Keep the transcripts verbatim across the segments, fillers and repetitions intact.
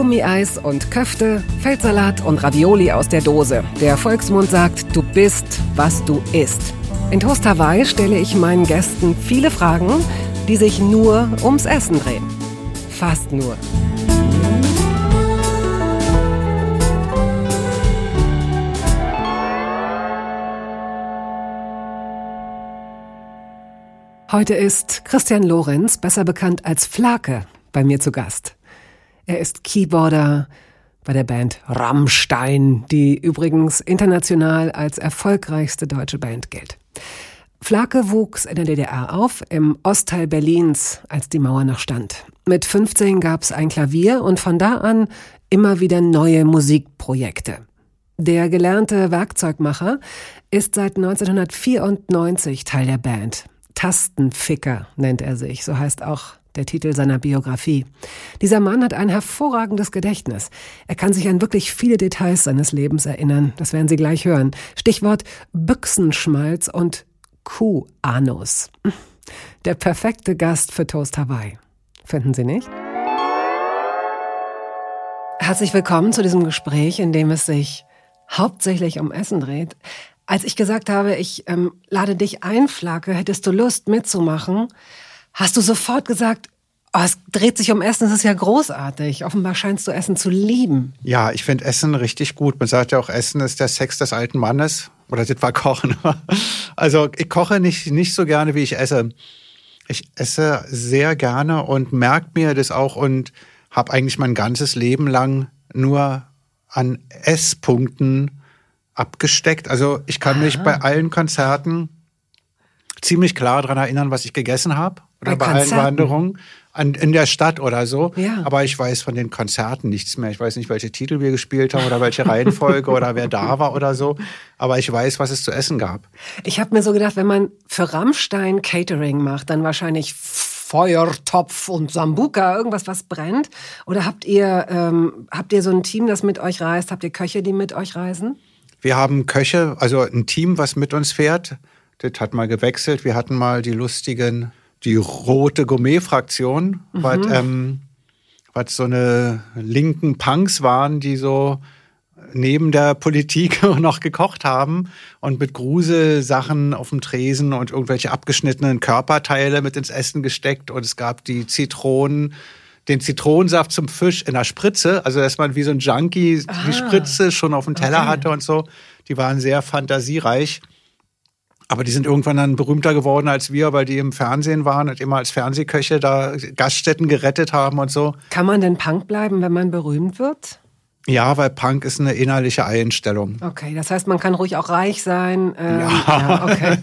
Gummieis und Köfte, Feldsalat und Ravioli aus der Dose. Der Volksmund sagt, du bist, was du isst. In Toast Hawaii stelle ich meinen Gästen viele Fragen, die sich nur ums Essen drehen. Fast nur. Heute ist Christian Lorenz, besser bekannt als Flake, bei mir zu Gast. Er ist Keyboarder bei der Band Rammstein, die übrigens international als erfolgreichste deutsche Band gilt. Flake wuchs in der D D R auf, im Ostteil Berlins, als die Mauer noch stand. Mit fünfzehn gab es ein Klavier und von da an immer wieder neue Musikprojekte. Der gelernte Werkzeugmacher ist seit neunzehnhundertvierundneunzig Teil der Band. Tastenficker nennt er sich, so heißt auch der Titel seiner Biografie. Dieser Mann hat ein hervorragendes Gedächtnis. Er kann sich an wirklich viele Details seines Lebens erinnern. Das werden Sie gleich hören. Stichwort Büchsenschmalz und Kuhanus. Der perfekte Gast für Toast Hawaii. Finden Sie nicht? Herzlich willkommen zu diesem Gespräch, in dem es sich hauptsächlich um Essen dreht. Als ich gesagt habe, ich ähm, lade dich ein, Flake, hättest du Lust mitzumachen, hast du sofort gesagt, oh, es dreht sich um Essen, das ist ja großartig. Offenbar scheinst du Essen zu lieben. Ja, ich finde Essen richtig gut. Man sagt ja auch, Essen ist der Sex des alten Mannes. Oder das war Kochen. Also ich koche nicht, nicht so gerne, wie ich esse. Ich esse sehr gerne und merke mir das auch und habe eigentlich mein ganzes Leben lang nur an Esspunkten abgesteckt. Also ich kann Aha. mich bei allen Konzerten ziemlich klar daran erinnern, was ich gegessen habe. Oder bei, bei allen Wanderungen an, in der Stadt oder so. Ja. Aber ich weiß von den Konzerten nichts mehr. Ich weiß nicht, welche Titel wir gespielt haben oder welche Reihenfolge oder wer da war oder so. Aber ich weiß, was es zu essen gab. Ich habe mir so gedacht, wenn man für Rammstein Catering macht, dann wahrscheinlich Feuertopf und Sambuka, irgendwas, was brennt. Oder habt ihr, ähm, habt ihr so ein Team, das mit euch reist? Habt ihr Köche, die mit euch reisen? Wir haben Köche, also ein Team, was mit uns fährt. Das hat mal gewechselt. Wir hatten mal die lustigen, die rote Gourmet-Fraktion, mhm. was, ähm, was so eine linken Punks waren, die so neben der Politik noch gekocht haben und mit Gruselsachen auf dem Tresen und irgendwelche abgeschnittenen Körperteile mit ins Essen gesteckt. Und es gab die Zitronen, den Zitronensaft zum Fisch in der Spritze, also dass man wie so ein Junkie ah, die Spritze schon auf dem Teller okay. hatte und so. Die waren sehr fantasiereich. Aber die sind irgendwann dann berühmter geworden als wir, weil die im Fernsehen waren und immer als Fernsehköche da Gaststätten gerettet haben und so. Kann man denn Punk bleiben, wenn man berühmt wird? Ja, weil Punk ist eine innerliche Einstellung. Okay, das heißt, man kann ruhig auch reich sein. Ähm, ja, ja okay.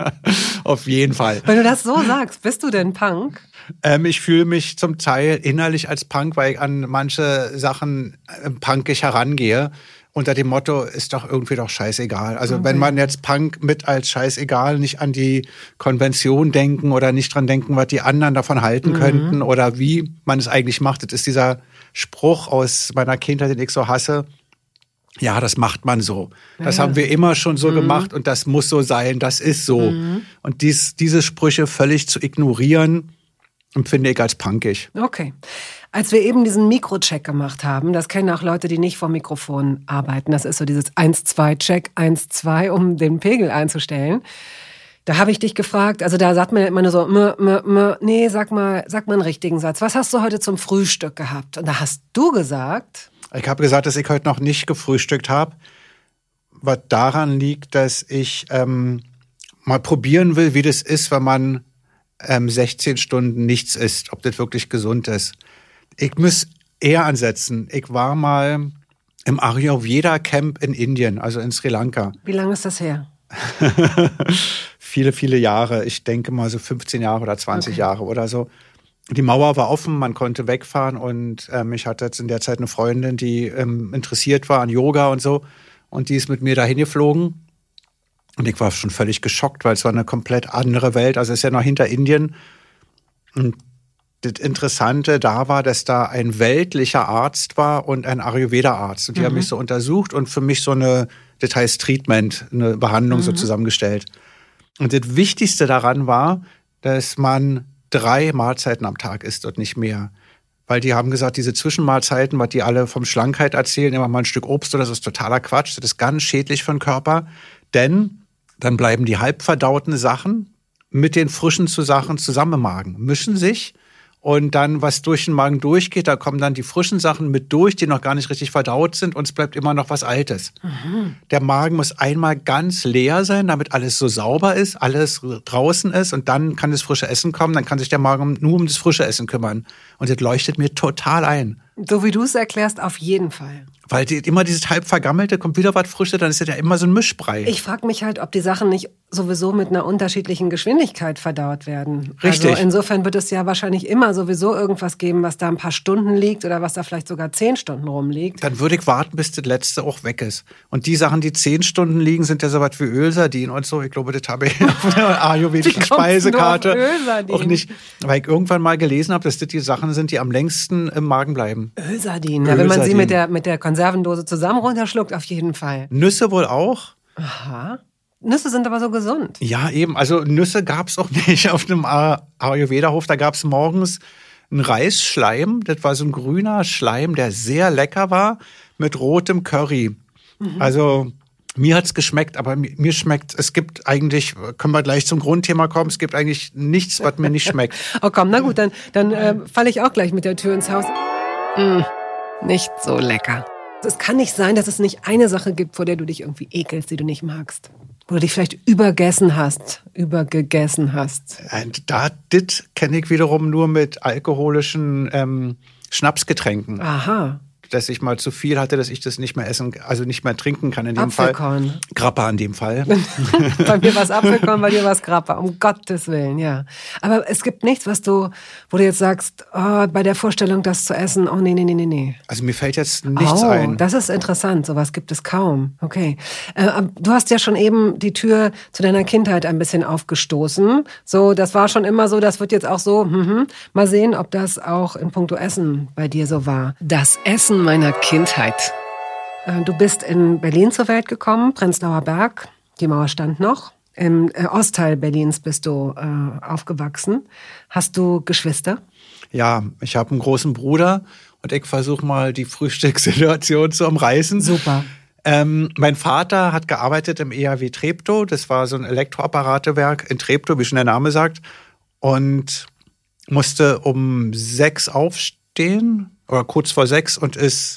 Auf jeden Fall. Wenn du das so sagst, bist du denn Punk? Ähm, ich fühle mich zum Teil innerlich als Punk, weil ich an manche Sachen äh, punkig herangehe. Unter dem Motto, ist doch irgendwie doch scheißegal. Also okay. wenn man jetzt Punk mit als scheißegal nicht an die Konvention denken oder nicht dran denken, was die anderen davon halten mhm. könnten oder wie man es eigentlich macht. Das ist dieser Spruch aus meiner Kindheit, den ich so hasse. Ja, das macht man so. Das ja. haben wir immer schon so mhm. gemacht und das muss so sein, das ist so. Mhm. Und dies, diese Sprüche völlig zu ignorieren, empfinde ich als punkig. Okay. Als wir eben diesen Mikrocheck gemacht haben, das kennen auch Leute, die nicht vor Mikrofon arbeiten, das ist so dieses eins zwei Check, eins zwei, um den Pegel einzustellen. Da habe ich dich gefragt, also da sagt man immer nur so, m, m, m, nee, sag mal, sag mal einen richtigen Satz. Was hast du heute zum Frühstück gehabt? Und da hast du gesagt... Ich habe gesagt, dass ich heute noch nicht gefrühstückt habe, was daran liegt, dass ich ähm, mal probieren will, wie das ist, wenn man ähm, sechzehn Stunden nichts isst, ob das wirklich gesund ist. Ich muss eher ansetzen. Ich war mal im Ayurveda-Camp in Indien, also in Sri Lanka. Wie lange ist das her? viele, viele Jahre. Ich denke mal so fünfzehn Jahre oder zwanzig okay. Jahre oder so. Die Mauer war offen, man konnte wegfahren und ähm, ich hatte jetzt in der Zeit eine Freundin, die ähm, interessiert war an Yoga und so. Und die ist mit mir dahin geflogen. Und ich war schon völlig geschockt, weil es war eine komplett andere Welt. Also es ist ja noch hinter Indien. Und das Interessante da war, dass da ein weltlicher Arzt war und ein Ayurveda-Arzt. Und die mhm. haben mich so untersucht und für mich so eine, das heißt Treatment, eine Behandlung mhm. so zusammengestellt. Und das Wichtigste daran war, dass man drei Mahlzeiten am Tag isst und nicht mehr. Weil die haben gesagt, diese Zwischenmahlzeiten, was die alle vom Schlankheit erzählen, immer mal ein Stück Obst oder so, ist totaler Quatsch. Das ist ganz schädlich für den Körper. Denn dann bleiben die halbverdauten Sachen mit den frischen Sachen zusammen im Magen, mischen sich. Und dann, was durch den Magen durchgeht, da kommen dann die frischen Sachen mit durch, die noch gar nicht richtig verdaut sind. Und es bleibt immer noch was Altes. Mhm. Der Magen muss einmal ganz leer sein, damit alles so sauber ist, alles draußen ist. Und dann kann das frische Essen kommen. Dann kann sich der Magen nur um das frische Essen kümmern. Und das leuchtet mir total ein. So wie du es erklärst, auf jeden Fall. Weil die, immer dieses halb vergammelte, kommt wieder was Frisches, dann ist das ja immer so ein Mischbrei. Ich frage mich halt, ob die Sachen nicht sowieso mit einer unterschiedlichen Geschwindigkeit verdaut werden. Richtig. Also insofern wird es ja wahrscheinlich immer sowieso irgendwas geben, was da ein paar Stunden liegt oder was da vielleicht sogar zehn Stunden rumliegt. Dann würde ich warten, bis das Letzte auch weg ist. Und die Sachen, die zehn Stunden liegen, sind ja so was wie Ölsardinen und so. Ich glaube, das habe ich auf der ayurvedischen Speisekarte auch nicht. Weil ich irgendwann mal gelesen habe, dass das die Sachen sind, die am längsten im Magen bleiben. Ölsardinen. Ja, wenn man sie mit der, mit der Konservendose zusammen runterschluckt, auf jeden Fall. Nüsse wohl auch. Aha. Nüsse sind aber so gesund. Ja, eben. Also Nüsse gab es auch nicht auf einem Ayurveda-Hof. Da gab es morgens einen Reisschleim. Das war so ein grüner Schleim, der sehr lecker war, mit rotem Curry. Mhm. Also mir hat's geschmeckt, aber mir schmeckt, es gibt eigentlich, können wir gleich zum Grundthema kommen, es gibt eigentlich nichts, was mir nicht schmeckt. Oh komm, na gut, dann, dann äh, falle ich auch gleich mit der Tür ins Haus. Mm, nicht so lecker. Es kann nicht sein, dass es nicht eine Sache gibt, vor der du dich irgendwie ekelst, die du nicht magst. Wo du dich vielleicht übergessen hast, übergegessen hast. Und da, das kenne ich wiederum nur mit alkoholischen ähm, Schnapsgetränken. Aha. Dass ich mal zu viel hatte, dass ich das nicht mehr essen, also nicht mehr trinken kann in dem Apfelkorn. Fall. Grappa in dem Fall. Bei mir war es Apfelkorn, bei dir war es Grappa, um Gottes Willen, ja. Aber es gibt nichts, was du, wo du jetzt sagst, oh, bei der Vorstellung, das zu essen, oh nee, nee, nee, nee, nee. Also mir fällt jetzt nichts oh, ein. Das ist interessant, sowas gibt es kaum. Okay. Äh, du hast ja schon eben die Tür zu deiner Kindheit ein bisschen aufgestoßen. So, das war schon immer so, das wird jetzt auch so, mhm. Mal sehen, ob das auch in puncto Essen bei dir so war. Das Essen meiner Kindheit. Du bist in Berlin zur Welt gekommen, Prenzlauer Berg. Die Mauer stand noch. Im Ostteil Berlins bist du äh, aufgewachsen. Hast du Geschwister? Ja, ich habe einen großen Bruder und ich versuche mal die Frühstückssituation zu umreißen. Super. Ähm, mein Vater hat gearbeitet im E A W Treptow. Das war so ein Elektroapparatewerk in Treptow, wie schon der Name sagt. Und musste um sechs aufstehen. Oder kurz vor sechs und ist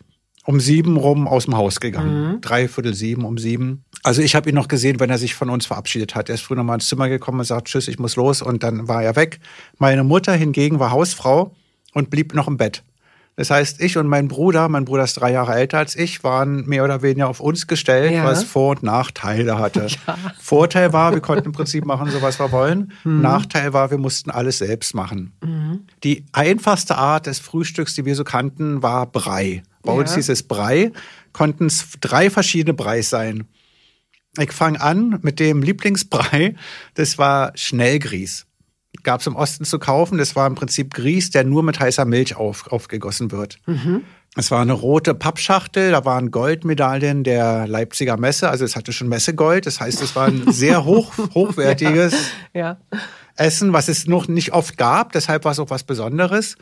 um sieben rum aus dem Haus gegangen. Mhm. Dreiviertel sieben, um sieben. Also ich habe ihn noch gesehen, wenn er sich von uns verabschiedet hat. Er ist früh noch mal ins Zimmer gekommen und sagt, tschüss, ich muss los. Und dann war er weg. Meine Mutter hingegen war Hausfrau und blieb noch im Bett. Das heißt, ich und mein Bruder, mein Bruder ist drei Jahre älter als ich, waren mehr oder weniger auf uns gestellt, ja. Was Vor- und Nachteile hatte. Ja. Vorteil war, wir konnten im Prinzip machen, so was wir wollen. Mhm. Nachteil war, wir mussten alles selbst machen. Mhm. Die einfachste Art des Frühstücks, die wir so kannten, war Brei. Bei ja. uns hieß es Brei, konnten es drei verschiedene Breis sein. Ich fange an mit dem Lieblingsbrei, das war Schnellgrieß. Gab es im Osten zu kaufen. Das war im Prinzip Grieß, der nur mit heißer Milch auf, aufgegossen wird. Mhm. Es war eine rote Pappschachtel, da waren Goldmedaillen der Leipziger Messe. Also es hatte schon Messegold. Das heißt, es war ein sehr hoch, hochwertiges ja. Ja. Essen, was es noch nicht oft gab. Deshalb war es auch was Besonderes.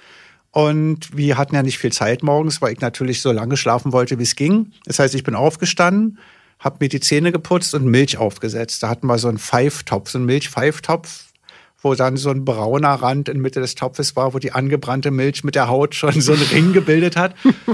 Und wir hatten ja nicht viel Zeit morgens, weil ich natürlich so lange schlafen wollte, wie es ging. Das heißt, ich bin aufgestanden, habe mir die Zähne geputzt und Milch aufgesetzt. Da hatten wir so einen Pfeiftopf, so einen Milchpfeiftopf, wo dann so ein brauner Rand in Mitte des Topfes war, wo die angebrannte Milch mit der Haut schon so einen Ring gebildet hat.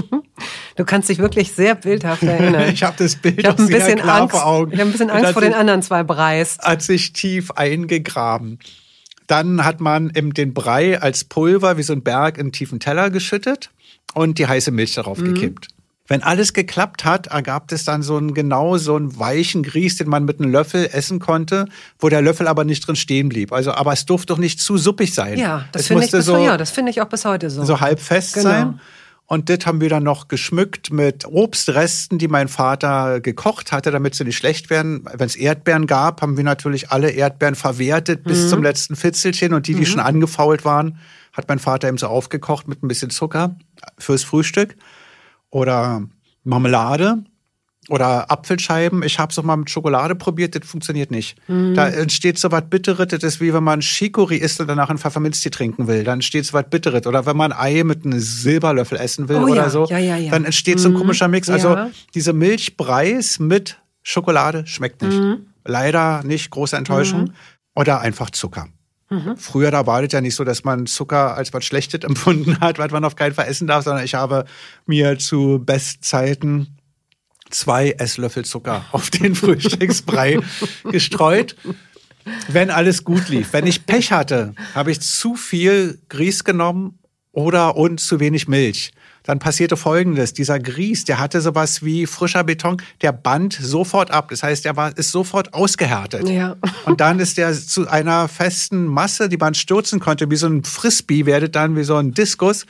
Du kannst dich wirklich sehr bildhaft erinnern. Ich habe das Bild ich hab ein bisschen klar Angst, vor Augen. Ich habe ein bisschen Angst vor den anderen zwei Breis. Hat sich tief eingegraben. Dann hat man den Brei als Pulver wie so ein Berg in einen tiefen Teller geschüttet und die heiße Milch darauf mhm. gekippt. Wenn alles geklappt hat, ergab es dann so einen genau so einen weichen Grieß, den man mit einem Löffel essen konnte, wo der Löffel aber nicht drin stehen blieb. Also, aber es durfte doch nicht zu suppig sein. Ja, das finde ich, so, ja, das finde ich auch bis heute so. So halb fest genau. sein. Und das haben wir dann noch geschmückt mit Obstresten, die mein Vater gekocht hatte, damit sie nicht schlecht werden. Wenn es Erdbeeren gab, haben wir natürlich alle Erdbeeren verwertet bis mhm. zum letzten Fitzelchen. Und die, die mhm. schon angefault waren, hat mein Vater eben so aufgekocht mit ein bisschen Zucker fürs Frühstück. Oder Marmelade. Oder Apfelscheiben. Ich habe es auch mal mit Schokolade probiert, das funktioniert nicht. Mhm. Da entsteht so was Bitteres. Das ist wie wenn man Chicorée isst und danach einen Pfefferminztee trinken will. Dann entsteht so was Bitteres. Oder wenn man Ei mit einem Silberlöffel essen will oh, oder ja. so, ja, ja, ja. dann entsteht mhm. so ein komischer Mix. Also ja. diese Milchbreis mit Schokolade schmeckt nicht. Mhm. Leider nicht, große Enttäuschung. Mhm. Oder einfach Zucker. Mhm. Früher, da war das ja nicht so, dass man Zucker als was Schlechtes empfunden hat, was man auf keinen Fall essen darf, sondern ich habe mir zu Bestzeiten zwei Esslöffel Zucker auf den Frühstücksbrei gestreut, wenn alles gut lief. Wenn ich Pech hatte, habe ich zu viel Grieß genommen oder und zu wenig Milch. Dann passierte Folgendes: Dieser Grieß, der hatte sowas wie frischer Beton, der band sofort ab. Das heißt, der war, ist sofort ausgehärtet. Ja. Und dann ist der zu einer festen Masse, die man stürzen konnte, wie so ein Frisbee, werdet dann wie so ein Diskus.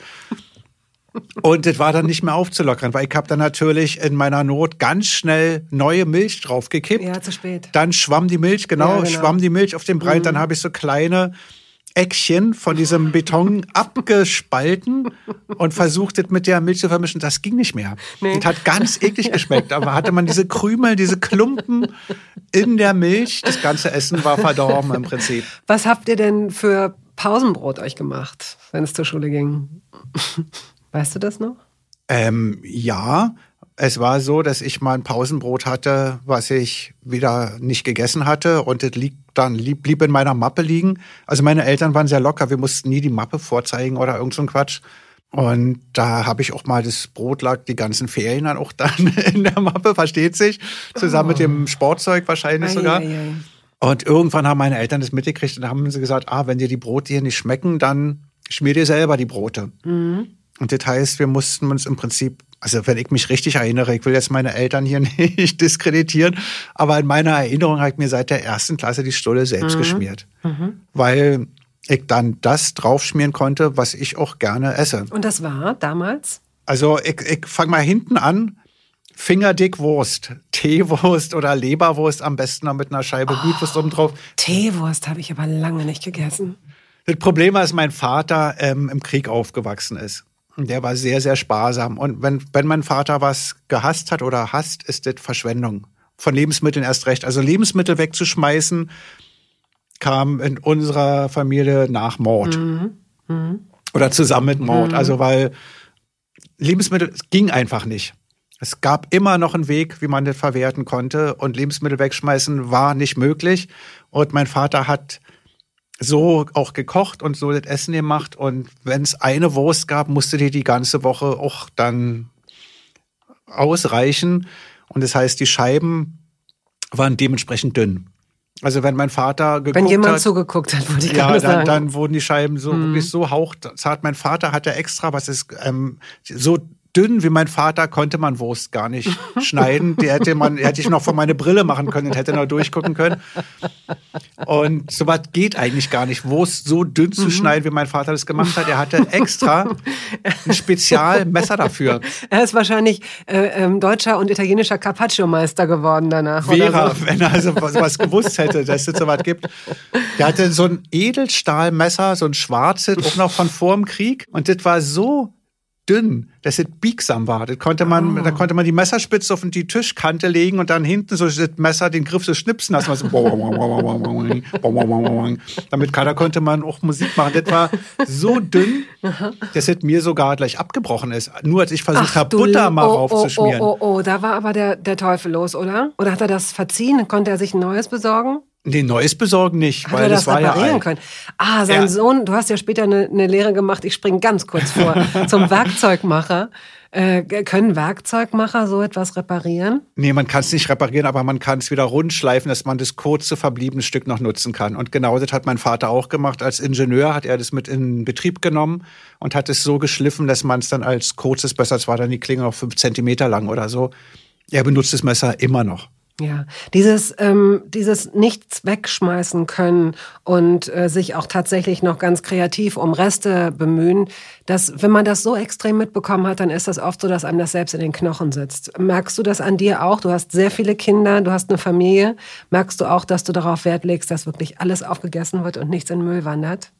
Und das war dann nicht mehr aufzulockern, weil ich habe dann natürlich in meiner Not ganz schnell neue Milch draufgekippt. Ja, zu spät. Dann schwamm die Milch, genau, ja, genau. schwamm die Milch auf den Brei. Mhm. Dann habe ich so kleine Eckchen von diesem Beton abgespalten und versucht, das mit der Milch zu vermischen. Das ging nicht mehr. Nee. Das hat ganz eklig geschmeckt. Aber hatte man diese Krümel, diese Klumpen in der Milch, das ganze Essen war verdorben im Prinzip. Was habt ihr denn für Pausenbrot euch gemacht, wenn es zur Schule ging? Weißt du das noch? Ähm, ja, es war so, dass ich mal ein Pausenbrot hatte, was ich wieder nicht gegessen hatte und das liegt dann blieb in meiner Mappe liegen. Also meine Eltern waren sehr locker, wir mussten nie die Mappe vorzeigen oder irgend so ein Quatsch. Und da habe ich auch mal, das Brot lag die ganzen Ferien dann auch dann in der Mappe, versteht sich, zusammen oh. mit dem Sportzeug wahrscheinlich ei, sogar. Ei, ei. Und irgendwann haben meine Eltern das mitgekriegt und dann haben sie gesagt, ah, wenn dir die Brote hier nicht schmecken, dann schmier dir selber die Brote. Mhm. Und das heißt, wir mussten uns im Prinzip, also wenn ich mich richtig erinnere, ich will jetzt meine Eltern hier nicht diskreditieren, aber in meiner Erinnerung habe ich mir seit der ersten Klasse die Stulle selbst mhm. geschmiert. Mhm. Weil ich dann das draufschmieren konnte, was ich auch gerne esse. Und das war damals? Also ich, ich fange mal hinten an. Fingerdick Wurst, Teewurst oder Leberwurst, am besten noch mit einer Scheibe oh, Blutwurst oben drauf. Teewurst habe ich aber lange nicht gegessen. Das Problem war, dass mein Vater ähm, im Krieg aufgewachsen ist. Der war sehr, sehr sparsam. Und wenn, wenn mein Vater was gehasst hat oder hasst, ist das Verschwendung. Von Lebensmitteln erst recht. Also Lebensmittel wegzuschmeißen, kam in unserer Familie nach Mord. Mhm. Mhm. Oder zusammen mit Mord. Mhm. Also weil Lebensmittel ging einfach nicht. Es gab immer noch einen Weg, wie man das verwerten konnte. Und Lebensmittel wegschmeißen war nicht möglich. Und mein Vater hat so auch gekocht und so das Essen gemacht. Und wenn es eine Wurst gab, musste die die ganze Woche auch dann ausreichen. Und das heißt, die Scheiben waren dementsprechend dünn. Also wenn mein Vater geguckt hat... Wenn jemand hat, zugeguckt hat, würde ich ja, gerne dann, sagen. dann wurden die Scheiben so mhm. wirklich so hauchzart. Mein Vater hatte extra, was ist ähm, so dünn wie mein Vater, konnte man Wurst gar nicht schneiden. Die hätte man, hätte ich noch vor meine Brille machen können und hätte noch durchgucken können. Und sowas geht eigentlich gar nicht, Wurst so dünn zu mhm. schneiden, wie mein Vater das gemacht hat. Er hatte extra ein Spezialmesser dafür. Er ist wahrscheinlich äh, ähm, deutscher und italienischer Carpaccio-Meister geworden danach. Wäre, so. wenn er also was, was gewusst hätte, dass es sowas gibt. Der hatte so ein Edelstahlmesser, so ein schwarzes, auch noch von vor dem Krieg. Und das war so dünn, dass es biegsam war. Das konnte man, oh. Da konnte man die Messerspitze auf die Tischkante legen und dann hinten so das Messer, den Griff so schnipsen lassen. So damit da konnte man auch Musik machen. Das war so dünn, dass es mir sogar gleich abgebrochen ist. Nur als ich versucht habe, Butter mal oh, raufzuschmieren. Oh, oh, oh, oh, da war aber der, der Teufel los, oder? Oder hat er das verziehen? Konnte er sich ein neues besorgen? Nee, Neues besorgen nicht, Hat weil er das, das war ja alt. Können? Ah, sein ja. Sohn, du hast ja später eine, eine Lehre gemacht, ich springe ganz kurz vor, zum Werkzeugmacher. Äh, können Werkzeugmacher so etwas reparieren? Nee, man kann es nicht reparieren, aber man kann es wieder rundschleifen, dass man das kurze verbliebene Stück noch nutzen kann. Und genau das hat mein Vater auch gemacht. Als Ingenieur hat er das mit in Betrieb genommen und hat es so geschliffen, dass man es dann als kurzes besser, es war dann die Klinge noch fünf Zentimeter lang oder so. Er benutzt das Messer immer noch. Ja, dieses ähm, dieses Nichts wegschmeißen können und äh, sich auch tatsächlich noch ganz kreativ um Reste bemühen, dass, wenn man das so extrem mitbekommen hat, dann ist das oft so, dass einem das selbst in den Knochen sitzt. Merkst du das an dir auch? Du hast sehr viele Kinder, du hast eine Familie. Merkst du auch, dass du darauf Wert legst, dass wirklich alles aufgegessen wird und nichts in den Müll wandert?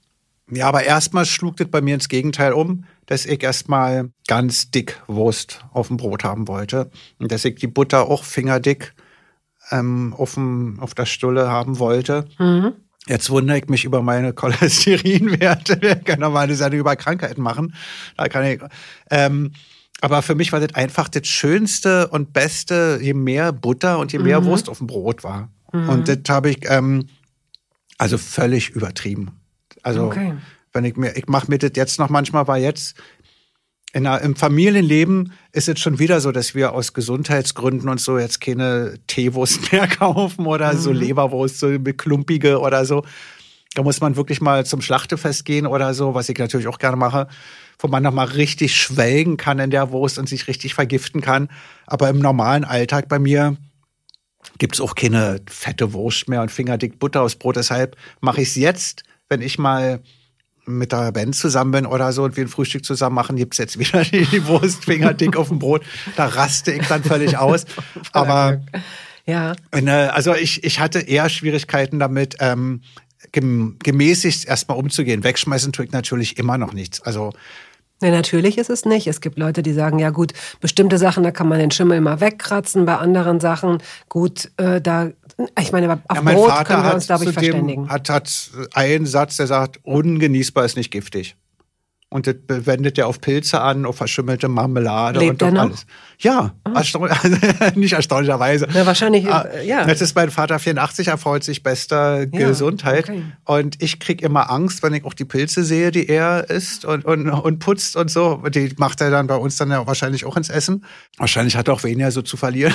Ja, aber erstmal schlug das bei mir ins Gegenteil um, dass ich erstmal ganz dick Wurst auf dem Brot haben wollte. Und dass ich die Butter auch fingerdick ähm, auf, dem, auf der Stulle haben wollte. Mhm. Jetzt wundere ich mich über meine Cholesterinwerte. Wir können noch mal eine Sendung über Krankheiten machen. Da kann ich, ähm, aber für mich war das einfach das Schönste und Beste, je mehr Butter und je mehr mhm. Wurst auf dem Brot war. Mhm. Und das habe ich ähm, also völlig übertrieben. Also okay. wenn ich mir, ich mache mir das jetzt noch manchmal, weil jetzt in der, im Familienleben ist es schon wieder so, dass wir aus Gesundheitsgründen und so jetzt keine Teewurst mehr kaufen oder mhm. so Leberwurst, so klumpige oder so. Da muss man wirklich mal zum Schlachtefest gehen oder so, was ich natürlich auch gerne mache, wo man noch mal richtig schwelgen kann in der Wurst und sich richtig vergiften kann. Aber im normalen Alltag bei mir gibt's auch keine fette Wurst mehr und fingerdick Butter aufs Brot. Deshalb mache ich es jetzt, wenn ich mal mit der Band zusammen bin oder so und wir ein Frühstück zusammen machen, gibt's jetzt wieder die Wurst fingerdick auf dem Brot. Da raste ich dann völlig aus. Aber ja. Also ich, ich hatte eher Schwierigkeiten damit, ähm, gemäßigt erstmal umzugehen. Wegschmeißen tue ich natürlich immer noch nichts. Also Nee, natürlich ist es nicht. Es gibt Leute, die sagen, ja gut, bestimmte Sachen, da kann man den Schimmel mal wegkratzen. Bei anderen Sachen, gut, äh, da, ich meine, auf ja, mein Brot Vater können wir hat uns, glaube ich, verständigen. Hat, hat einen Satz, der sagt, ungenießbar ist nicht giftig. Und das wendet er auf Pilze an, auf verschimmelte Marmelade Lebt und auf er noch? alles. Ja, oh. erstaunlich, nicht erstaunlicherweise. Ja, wahrscheinlich, ja. Jetzt ist mein Vater vierundachtzig, er freut sich bester ja, Gesundheit. Okay. Und ich krieg immer Angst, wenn ich auch die Pilze sehe, die er isst und, und, und putzt und so. Die macht er dann bei uns dann ja wahrscheinlich auch ins Essen. Wahrscheinlich hat er auch weniger so zu verlieren.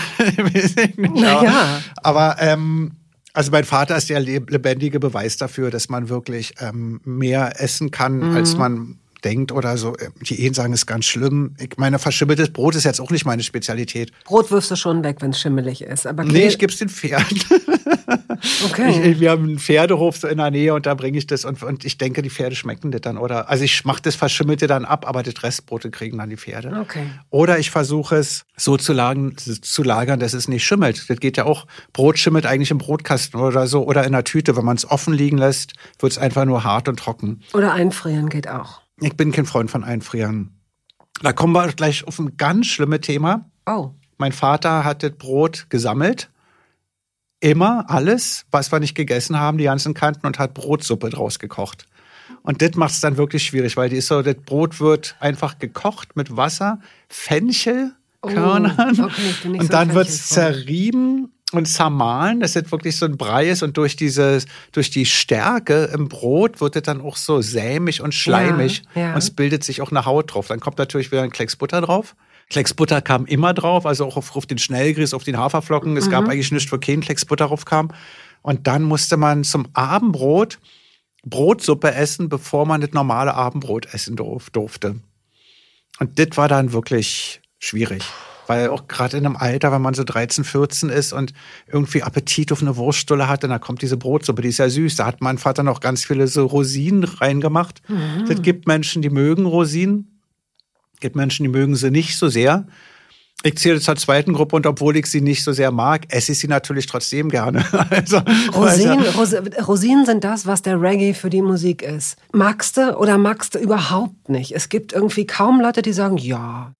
Naja. Aber, ähm, also mein Vater ist der lebendige Beweis dafür, dass man wirklich ähm, mehr essen kann, mhm. als man denkt oder so. Die Ehen sagen, ist ganz schlimm. Ich meine, verschimmeltes Brot ist jetzt auch nicht meine Spezialität. Brot wirfst du schon weg, wenn es schimmelig ist. Aber nee, ich gib's den Pferden. Okay. Ich, wir haben einen Pferdehof so in der Nähe und da bringe ich das und, und ich denke, die Pferde schmecken das dann. Oder also ich mache das Verschimmelte dann ab, aber das Restbrote kriegen dann die Pferde. Okay. Oder ich versuche es so zu lagern, zu lagern, dass es nicht schimmelt. Das geht ja auch. Brot schimmelt eigentlich im Brotkasten oder so oder in der Tüte. Wenn man es offen liegen lässt, wird es einfach nur hart und trocken. Oder einfrieren geht auch. Ich bin kein Freund von Einfrieren. Da kommen wir gleich auf ein ganz schlimmes Thema. Oh. Mein Vater hat das Brot gesammelt. Immer alles, was wir nicht gegessen haben, die ganzen Kanten und hat Brotsuppe draus gekocht. Und das macht es dann wirklich schwierig, weil die ist so, das Brot wird einfach gekocht mit Wasser, Fenchel, Körnern. Oh, okay, und dann wird es zerrieben und zermahlen, dass das wirklich so ein Brei ist und durch diese, durch die Stärke im Brot wird es dann auch so sämig und schleimig ja, ja. und es bildet sich auch eine Haut drauf. Dann kommt natürlich wieder ein Klecks Butter drauf. Klecks Butter kam immer drauf, also auch auf, auf den Schnellgrieß, auf den Haferflocken. Es mhm. gab eigentlich nichts, wo kein Klecks Butter drauf kam. Und dann musste man zum Abendbrot Brotsuppe essen, bevor man das normale Abendbrot essen durf, durfte. Und das war dann wirklich schwierig. Weil auch gerade in einem Alter, wenn man so dreizehn, vierzehn ist und irgendwie Appetit auf eine Wurststulle hat, dann kommt diese Brotsuppe, die ist ja süß. Da hat mein Vater noch ganz viele so Rosinen reingemacht. Mhm. Es gibt Menschen, die mögen Rosinen. Es gibt Menschen, die mögen sie nicht so sehr. Ich zähle zur zweiten Gruppe und obwohl ich sie nicht so sehr mag, esse ich sie natürlich trotzdem gerne. Also, Rosinen, Ros- Rosinen sind das, was der Reggae für die Musik ist. Magst du oder magst du überhaupt nicht? Es gibt irgendwie kaum Leute, die sagen, ja.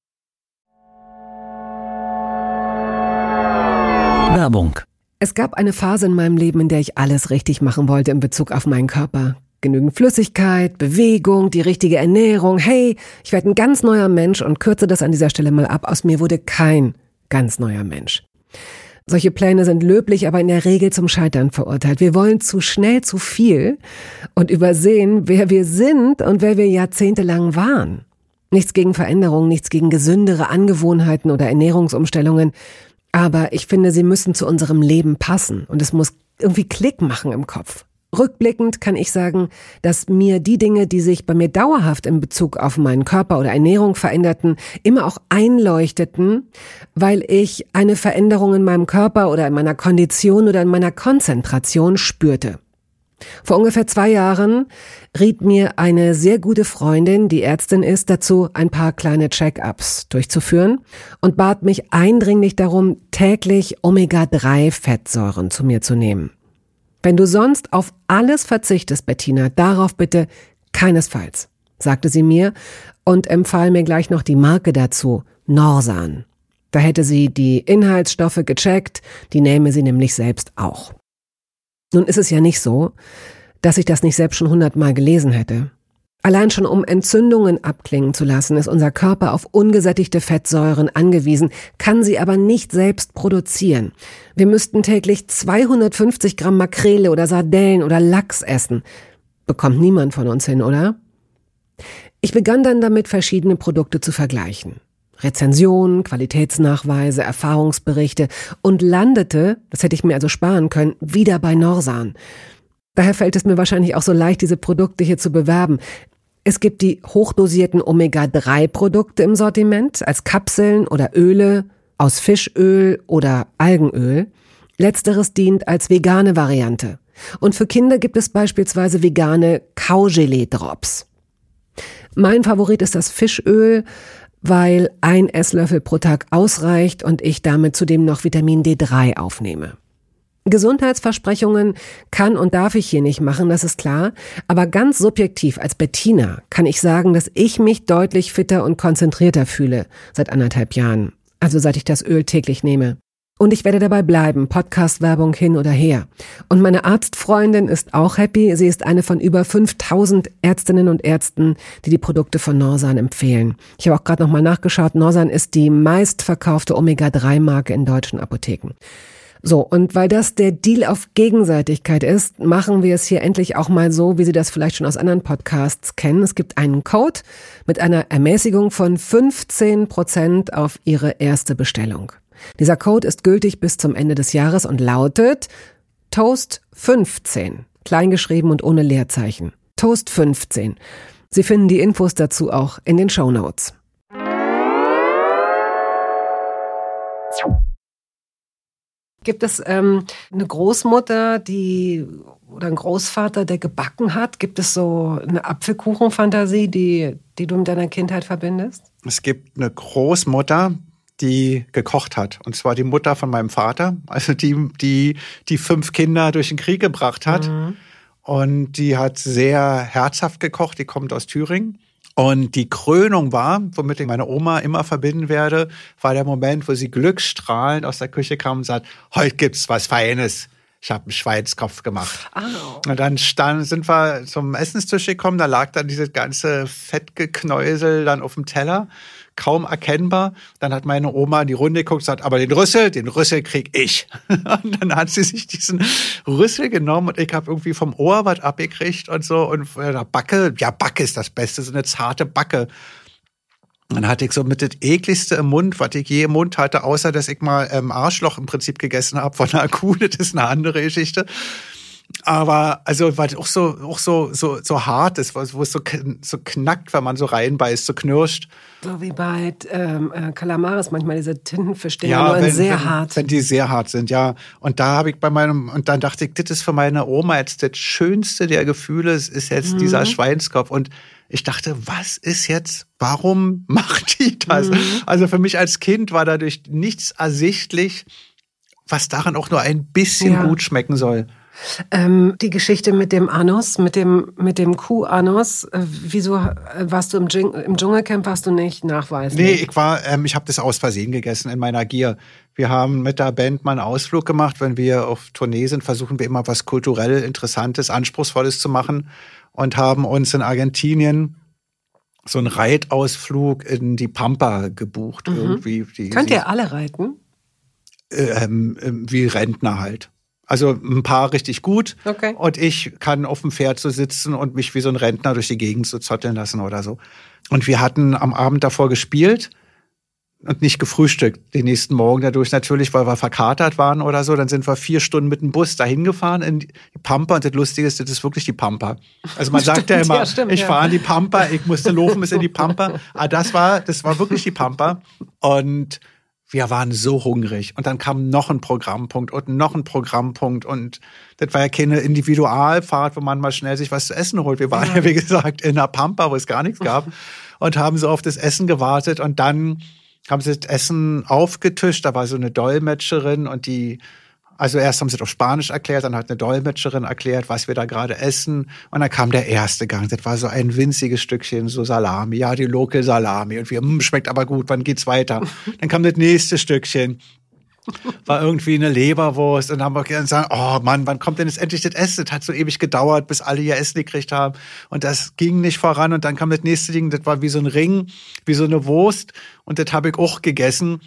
Werbung. Es gab eine Phase in meinem Leben, in der ich alles richtig machen wollte in Bezug auf meinen Körper. Genügend Flüssigkeit, Bewegung, die richtige Ernährung. Hey, ich werde ein ganz neuer Mensch und kürze das an dieser Stelle mal ab. Aus mir wurde kein ganz neuer Mensch. Solche Pläne sind löblich, aber in der Regel zum Scheitern verurteilt. Wir wollen zu schnell zu viel und übersehen, wer wir sind und wer wir jahrzehntelang waren. Nichts gegen Veränderungen, nichts gegen gesündere Angewohnheiten oder Ernährungsumstellungen. Aber ich finde, sie müssen zu unserem Leben passen und es muss irgendwie Klick machen im Kopf. Rückblickend kann ich sagen, dass mir die Dinge, die sich bei mir dauerhaft in Bezug auf meinen Körper oder Ernährung veränderten, immer auch einleuchteten, weil ich eine Veränderung in meinem Körper oder in meiner Kondition oder in meiner Konzentration spürte. Vor ungefähr zwei Jahren riet mir eine sehr gute Freundin, die Ärztin ist, dazu, ein paar kleine Check-ups durchzuführen und bat mich eindringlich darum, täglich Omega drei Fettsäuren zu mir zu nehmen. Wenn du sonst auf alles verzichtest, Bettina, darauf bitte Keinesfalls, sagte sie mir und empfahl mir gleich noch die Marke dazu, Norsan. Da hätte sie die Inhaltsstoffe gecheckt, die nähme sie nämlich selbst auch. Nun ist es ja nicht so, dass ich das nicht selbst schon hundertmal gelesen hätte. Allein schon um Entzündungen abklingen zu lassen, ist unser Körper auf ungesättigte Fettsäuren angewiesen, kann sie aber nicht selbst produzieren. Wir müssten täglich zweihundertfünfzig Gramm Makrele oder Sardellen oder Lachs essen. Bekommt niemand von uns hin, oder? Ich begann dann damit, verschiedene Produkte zu vergleichen. Rezensionen, Qualitätsnachweise, Erfahrungsberichte und landete, das hätte ich mir also sparen können, wieder bei Norsan. Daher fällt es mir wahrscheinlich auch so leicht, diese Produkte hier zu bewerben. Es gibt die hochdosierten Omega drei Produkte im Sortiment als Kapseln oder Öle aus Fischöl oder Algenöl. Letzteres dient als vegane Variante. Und für Kinder gibt es beispielsweise vegane Kaugelee-Drops. Mein Favorit ist das Fischöl, weil ein Esslöffel pro Tag ausreicht und ich damit zudem noch Vitamin D drei aufnehme. Gesundheitsversprechungen kann und darf ich hier nicht machen, das ist klar, aber ganz subjektiv als Bettina kann ich sagen, dass ich mich deutlich fitter und konzentrierter fühle seit anderthalb Jahren, also seit ich das Öl täglich nehme. Und ich werde dabei bleiben, Podcast-Werbung hin oder her. Und meine Arztfreundin ist auch happy, sie ist eine von über fünftausend Ärztinnen und Ärzten, die die Produkte von Norsan empfehlen. Ich habe auch gerade nochmal nachgeschaut, Norsan ist die meistverkaufte Omega drei Marke in deutschen Apotheken. So, und weil das der Deal auf Gegenseitigkeit ist, machen wir es hier endlich auch mal so, wie Sie das vielleicht schon aus anderen Podcasts kennen. Es gibt einen Code mit einer Ermäßigung von fünfzehn Prozent auf Ihre erste Bestellung. Dieser Code ist gültig bis zum Ende des Jahres und lautet Toast fünfzehn, kleingeschrieben und ohne Leerzeichen. Toast fünfzehn. Sie finden die Infos dazu auch in den Shownotes. Gibt es ähm, eine Großmutter, die oder einen Großvater, der gebacken hat? Gibt es so eine Apfelkuchenfantasie, die, die du mit deiner Kindheit verbindest? Es gibt eine Großmutter, die gekocht hat. Und zwar die Mutter von meinem Vater, also die, die, die fünf Kinder durch den Krieg gebracht hat. Mhm. Und die hat sehr herzhaft gekocht, die kommt aus Thüringen. Und die Krönung war, womit ich meine Oma immer verbinden werde, war der Moment, wo sie glücksstrahlend aus der Küche kam und sagt, heute gibt's was Feines. Ich habe einen Schweinskopf gemacht. Oh. Und dann stand, sind wir zum Essenstisch gekommen, da lag dann dieses ganze Fettgeknäusel dann auf dem Teller, kaum erkennbar. Dann hat meine Oma in die Runde geguckt und gesagt, aber den Rüssel, den Rüssel krieg ich. Und dann hat sie sich diesen Rüssel genommen und ich habe irgendwie vom Ohr was abgekriegt und so. Und der Backe, ja, Backe ist das Beste, so eine zarte Backe. Dann hatte ich so mit das Ekligste im Mund, was ich je im Mund hatte, außer dass ich mal ähm, Arschloch im Prinzip gegessen habe von einer Kuh, das ist eine andere Geschichte. Aber also weil auch so auch so so so hart ist, wo es so so knackt, wenn man so reinbeißt, so knirscht. So wie bei ähm, äh, Kalamaris manchmal diese Tintenfischdinger, ja, nur wenn, sehr wenn, hart. Wenn die sehr hart sind, ja. Und da habe ich bei meinem und dann dachte ich, das ist für meine Oma jetzt das Schönste der Gefühle, es ist jetzt mhm. dieser Schweinskopf. Und ich dachte, was ist jetzt? Warum macht die das? Mhm. Also für mich als Kind war dadurch nichts ersichtlich, was daran auch nur ein bisschen ja. gut schmecken soll. Ähm, die Geschichte mit dem Anus, mit dem, mit dem Kuh-Anus, äh, wieso äh, warst du im, Dsching- im Dschungelcamp, warst du nicht nachweislich? Nee, ich war, ähm, ich habe das aus Versehen gegessen in meiner Gier. Wir haben mit der Band mal einen Ausflug gemacht. Wenn wir auf Tournee sind, versuchen wir immer was kulturell Interessantes, Anspruchsvolles zu machen und haben uns in Argentinien so einen Reitausflug in die Pampa gebucht. Mhm. Irgendwie. Die, Könnt die, ihr alle reiten? Ähm, wie Rentner halt. Also ein paar richtig gut. Okay. Und ich kann auf dem Pferd so sitzen und mich wie so ein Rentner durch die Gegend so zotteln lassen oder so. Und wir hatten am Abend davor gespielt und nicht gefrühstückt. Den nächsten Morgen dadurch natürlich, weil wir verkatert waren oder so. Dann sind wir vier Stunden mit dem Bus dahin gefahren in die Pampa. Und das Lustige ist, das ist wirklich die Pampa. Also man sagt ja immer, ja, stimmt, ich ja. fahre in die Pampa, ich musste laufen bis in die Pampa. Aber das war, das war wirklich die Pampa. Und wir waren so hungrig. Und dann kam noch ein Programmpunkt und noch ein Programmpunkt. Und das war ja keine Individualfahrt, wo man mal schnell sich was zu essen holt. Wir waren ja, ja wie gesagt, in der Pampa, wo es gar nichts gab. Und haben so auf das Essen gewartet. Und dann haben sie das Essen aufgetischt. Da war so eine Dolmetscherin und die Also erst haben sie es auf Spanisch erklärt, dann hat eine Dolmetscherin erklärt, was wir da gerade essen. Und dann kam der erste Gang. Das war so ein winziges Stückchen, so Salami. Ja, die Local Salami. Und wir, mh, schmeckt aber gut, wann geht's weiter? Dann kam das nächste Stückchen. War irgendwie eine Leberwurst. Und dann haben wir gesagt, oh Mann, wann kommt denn jetzt endlich das Essen? Das hat so ewig gedauert, bis alle ihr Essen gekriegt haben. Und das ging nicht voran. Und dann kam das nächste Ding, das war wie so ein Ring, wie so eine Wurst. Und das habe ich auch gegessen.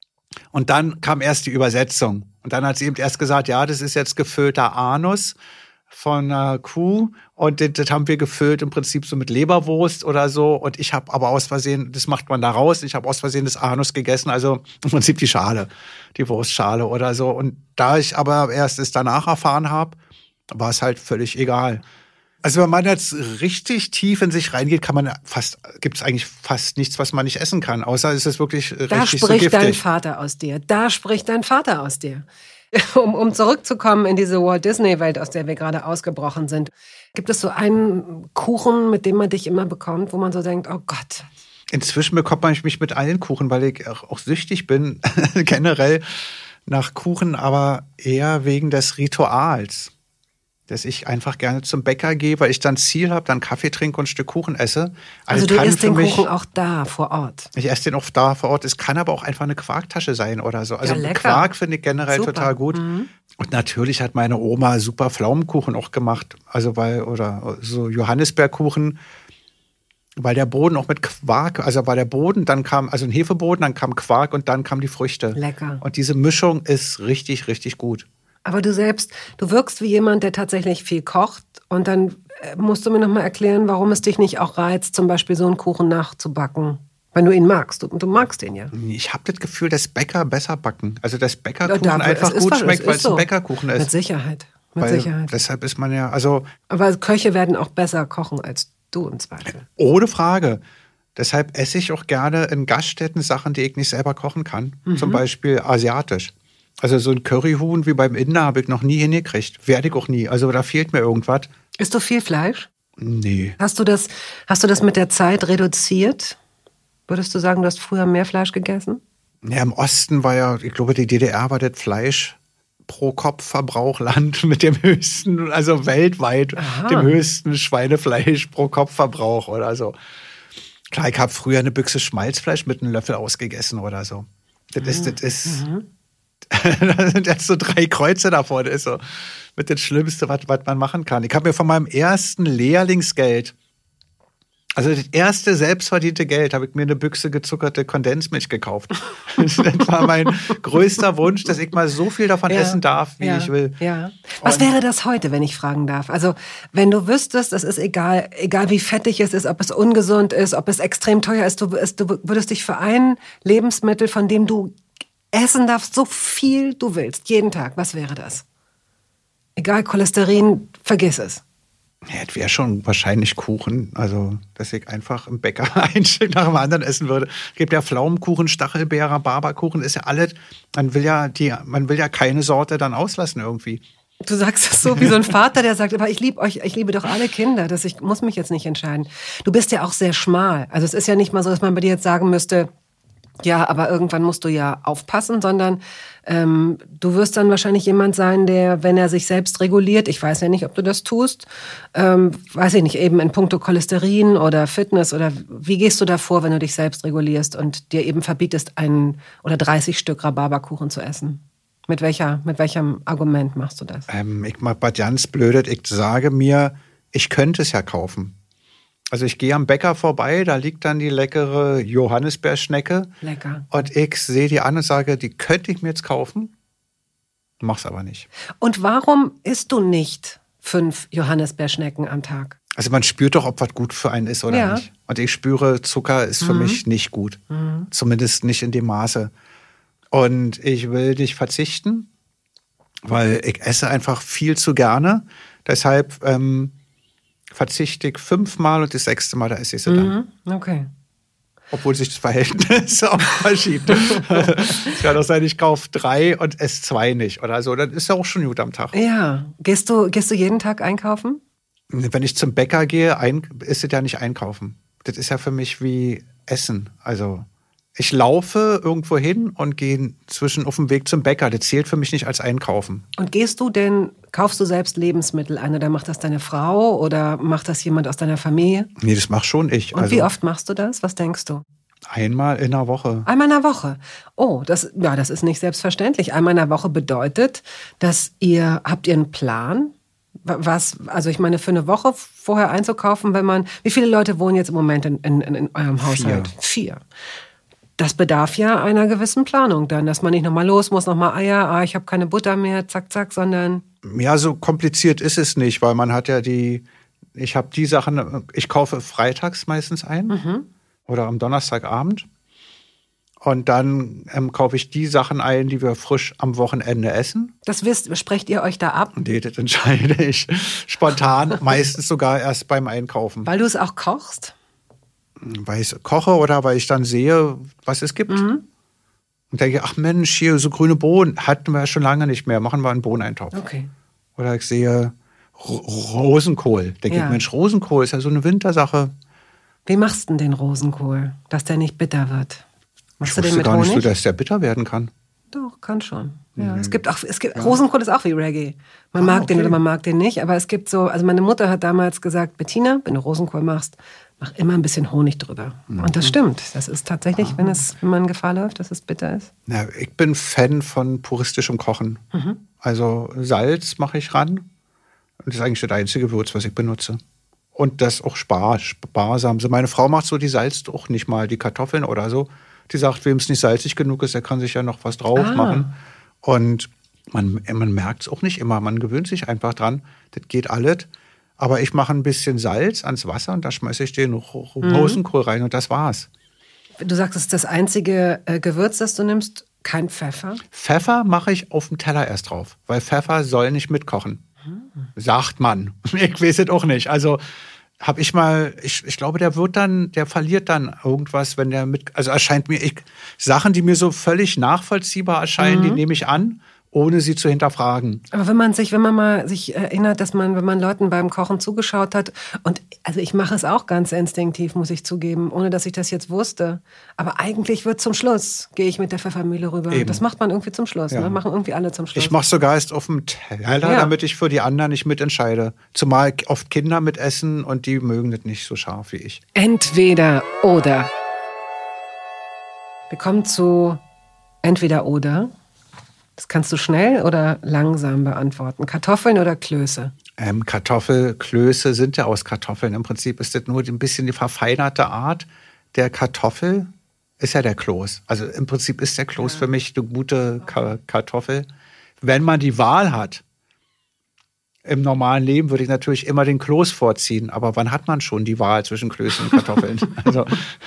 Und dann kam erst die Übersetzung. Und dann hat sie eben erst gesagt, ja, das ist jetzt gefüllter Anus von einer Kuh. Und das, das haben wir gefüllt im Prinzip so mit Leberwurst oder so. Und ich habe aber aus Versehen, das macht man da raus, ich habe aus Versehen das Anus gegessen. Also im Prinzip die Schale, die Wurstschale oder so. Und da ich aber erst es danach erfahren habe, war es halt völlig egal. Also wenn man jetzt richtig tief in sich reingeht, kann man fast, gibt es eigentlich fast nichts, was man nicht essen kann. Außer es ist wirklich da richtig so giftig. Da spricht dein Vater aus dir. Da spricht dein Vater aus dir. Um, um zurückzukommen in diese Walt Disney-Welt, aus der wir gerade ausgebrochen sind. Gibt es so einen Kuchen, mit dem man dich immer bekommt, wo man so denkt, oh Gott. Inzwischen bekommt man mich mit allen Kuchen, weil ich auch süchtig bin, generell nach Kuchen, aber eher wegen des Rituals. Dass ich einfach gerne zum Bäcker gehe, weil ich dann Ziel habe, dann Kaffee trinke und ein Stück Kuchen esse. Also, also du isst den mich, Kuchen auch da vor Ort? Ich esse den auch da vor Ort. Es kann aber auch einfach eine Quarktasche sein oder so. Also ja, Quark finde ich generell super. Total gut. Mhm. Und natürlich hat meine Oma super Pflaumenkuchen auch gemacht. Also weil, oder so Johannisbeerkuchen, weil der Boden auch mit Quark, also war der Boden, dann kam, also ein Hefeboden, dann kam Quark und dann kamen die Früchte. Lecker. Und diese Mischung ist richtig, richtig gut. Aber du selbst, du wirkst wie jemand, der tatsächlich viel kocht. Und dann musst du mir noch mal erklären, warum es dich nicht auch reizt, zum Beispiel so einen Kuchen nachzubacken. Wenn du ihn magst. Du, du magst den ja. Ich habe das Gefühl, dass Bäcker besser backen. Also dass Bäckerkuchen ja, einfach gut was, schmeckt, weil es so. ein Bäckerkuchen ist. Mit Sicherheit. Mit weil Sicherheit. Deshalb ist man ja, also... Aber Köche werden auch besser kochen als du im Zweifel. Ohne Frage. Deshalb esse ich auch gerne in Gaststätten Sachen, die ich nicht selber kochen kann. Mhm. Zum Beispiel asiatisch. Also so ein Curryhuhn wie beim Inder habe ich noch nie hingekriegt. Werde ich auch nie. Also da fehlt mir irgendwas. Isst du viel Fleisch? Nee. Hast du das, hast du das mit der Zeit reduziert? Würdest du sagen, du hast früher mehr Fleisch gegessen? Ja, im Osten war ja, ich glaube, die D D R war das Fleisch pro Kopfverbrauchland mit dem höchsten, also weltweit, Aha. dem höchsten Schweinefleisch pro Kopfverbrauch oder so. Klar, ich habe früher eine Büchse Schmalzfleisch mit einem Löffel ausgegessen oder so. Das mhm. ist, das ist... Mhm. Da sind jetzt so drei Kreuze davor. Das ist so mit das Schlimmste, was, was man machen kann. Ich habe mir von meinem ersten Lehrlingsgeld, also das erste selbstverdiente Geld, habe ich mir eine Büchse gezuckerte Kondensmilch gekauft. Das war mein größter Wunsch, dass ich mal so viel davon ja, essen darf, wie ja, ich will. Ja. Was Und wäre das heute, wenn ich fragen darf? Also wenn du wüsstest, es ist egal, egal wie fettig es ist, ob es ungesund ist, ob es extrem teuer ist, du, du würdest dich für ein Lebensmittel, von dem du essen darfst, so viel du willst, jeden Tag. Was wäre das? Egal, Cholesterin, vergiss es. Ja, das wäre schon wahrscheinlich Kuchen. Also, dass ich einfach im Bäcker ein Stück nach dem anderen essen würde. Es gibt ja Pflaumenkuchen, Stachelbeer, Rhabarberkuchen, ist ja alles. Man will ja, die, man will ja keine Sorte dann auslassen irgendwie. Du sagst das so wie so ein Vater, der sagt, aber ich liebe euch, ich liebe doch alle Kinder. Das, ich muss mich jetzt nicht entscheiden. Du bist ja auch sehr schmal. Also, es ist ja nicht mal so, dass man bei dir jetzt sagen müsste, ja, aber irgendwann musst du ja aufpassen, sondern ähm, du wirst dann wahrscheinlich jemand sein, der, wenn er sich selbst reguliert, ich weiß ja nicht, ob du das tust, ähm, weiß ich nicht, eben in puncto Cholesterin oder Fitness oder wie gehst du da vor, wenn du dich selbst regulierst und dir eben verbietest, einen oder dreißig Stück Rhabarberkuchen zu essen? Mit welcher, mit welchem Argument machst du das? Ähm, ich mach was ganz Blödes, ich sage mir, ich könnte es ja kaufen. Also ich gehe am Bäcker vorbei, da liegt dann die leckere Johannisbeerschnecke. Lecker. Und ich sehe die an und sage, die könnte ich mir jetzt kaufen, mach's aber nicht. Und warum isst du nicht fünf Johannisbeerschnecken am Tag? Also man spürt doch, ob was gut für einen ist oder ja. nicht. Und ich spüre, Zucker ist für mhm. mich nicht gut. Mhm. Zumindest nicht in dem Maße. Und ich will nicht verzichten, weil ich esse einfach viel zu gerne. Deshalb... Ähm, verzichte ich fünfmal und das sechste Mal, da esse ich sie dann. Mhm, okay. Obwohl sich das Verhältnis auch verschiebt. Es kann auch sein, ich kaufe drei und esse zwei nicht oder so. Dann ist ja auch schon gut am Tag. Ja. Gehst du, gehst du jeden Tag einkaufen? Wenn ich zum Bäcker gehe, ein, ist es ja nicht einkaufen. Das ist ja für mich wie Essen. Also Ich laufe irgendwo hin und gehe zwischen auf dem Weg zum Bäcker. Das zählt für mich nicht als Einkaufen. Und gehst du denn, kaufst du selbst Lebensmittel ein oder macht das deine Frau oder macht das jemand aus deiner Familie? Nee, das mach schon ich. Und also, wie oft machst du das? Was denkst du? Einmal in der Woche. Einmal in der Woche. Oh, das, ja, das ist nicht selbstverständlich. Einmal in der Woche bedeutet, dass ihr, habt ihr einen Plan? Was, also ich meine, für eine Woche vorher einzukaufen, wenn man, wie viele Leute wohnen jetzt im Moment in, in, in eurem Haushalt? Vier. Vier. Das bedarf ja einer gewissen Planung dann, dass man nicht nochmal los muss, nochmal Eier, ah, ich habe keine Butter mehr, zack, zack, sondern... Ja, so kompliziert ist es nicht, weil man hat ja die, ich habe die Sachen, ich kaufe freitags meistens ein mhm. oder am Donnerstagabend und dann ähm, kaufe ich die Sachen ein, die wir frisch am Wochenende essen. Das wisst, sprecht ihr euch da ab? Nee, das entscheide ich spontan, meistens sogar erst beim Einkaufen. Weil du es auch kochst? Weil ich koche oder weil ich dann sehe, was es gibt. Mhm. Und denke, ach Mensch, hier so grüne Bohnen hatten wir schon lange nicht mehr. Machen wir einen Bohneneintopf. Okay. Oder ich sehe R- Rosenkohl. Denke ja. ich, Mensch, Rosenkohl ist ja so eine Wintersache. Wie machst du denn den Rosenkohl, dass der nicht bitter wird? Machst ich du den wusste mit gar Honig? nicht so, dass der bitter werden kann. Doch, kann schon. Ja, Mhm. es gibt auch, es gibt, ja. Rosenkohl ist auch wie Reggae. Man ah, mag okay. den oder man mag den nicht, aber es gibt so, also meine Mutter hat damals gesagt, Bettina, wenn du Rosenkohl machst, mach immer ein bisschen Honig drüber. Mhm. Und das stimmt. Das ist tatsächlich, ah. wenn es, wenn man in Gefahr läuft, dass es bitter ist. Ja, ich bin Fan von puristischem Kochen. Mhm. Also Salz mache ich ran. Und das ist eigentlich das einzige Gewürz, was ich benutze. Und das auch spar, sparsam. So, meine Frau macht so, die salzt auch nicht mal die Kartoffeln oder so. Die sagt, wem es nicht salzig genug ist, der kann sich ja noch was drauf ah. machen. Und man, man merkt es auch nicht immer. Man gewöhnt sich einfach dran. Das geht alles. Aber ich mache ein bisschen Salz ans Wasser und da schmeiße ich den Rosenkohl rein und das war's. Du sagst, es ist das einzige äh, Gewürz, das du nimmst, kein Pfeffer? Pfeffer mache ich auf dem Teller erst drauf, weil Pfeffer soll nicht mitkochen. Hm. Sagt man. Ich weiß es auch nicht. Also habe ich mal, ich, ich glaube, der wird dann, der verliert dann irgendwas, wenn der mit, also erscheint mir, ich, Sachen, die mir so völlig nachvollziehbar erscheinen, mhm. die nehme ich an, ohne sie zu hinterfragen. Aber wenn man sich, wenn man mal sich erinnert, dass man, wenn man Leuten beim Kochen zugeschaut hat, und also ich mache es auch ganz instinktiv, muss ich zugeben, ohne dass ich das jetzt wusste. Aber eigentlich wird zum Schluss, gehe ich mit der Pfeffermühle rüber. Eben. Das macht man irgendwie zum Schluss, ja. ne? Machen irgendwie alle zum Schluss. Ich mache sogar erst auf dem Teller, ja. damit ich für die anderen nicht mitentscheide. Zumal oft Kinder mitessen und die mögen das nicht so scharf wie ich. Entweder oder. Wir kommen zu entweder oder. Das kannst du schnell oder langsam beantworten. Kartoffeln oder Klöße? Ähm, Kartoffelklöße sind ja aus Kartoffeln. Im Prinzip ist das nur ein bisschen die verfeinerte Art der Kartoffel. Ist ja der Kloß. Also im Prinzip ist der Kloß ja. für mich eine gute Ka- Kartoffel. Wenn man die Wahl hat, im normalen Leben würde ich natürlich immer den Kloß vorziehen. Aber wann hat man schon die Wahl zwischen Klößen und Kartoffeln? also.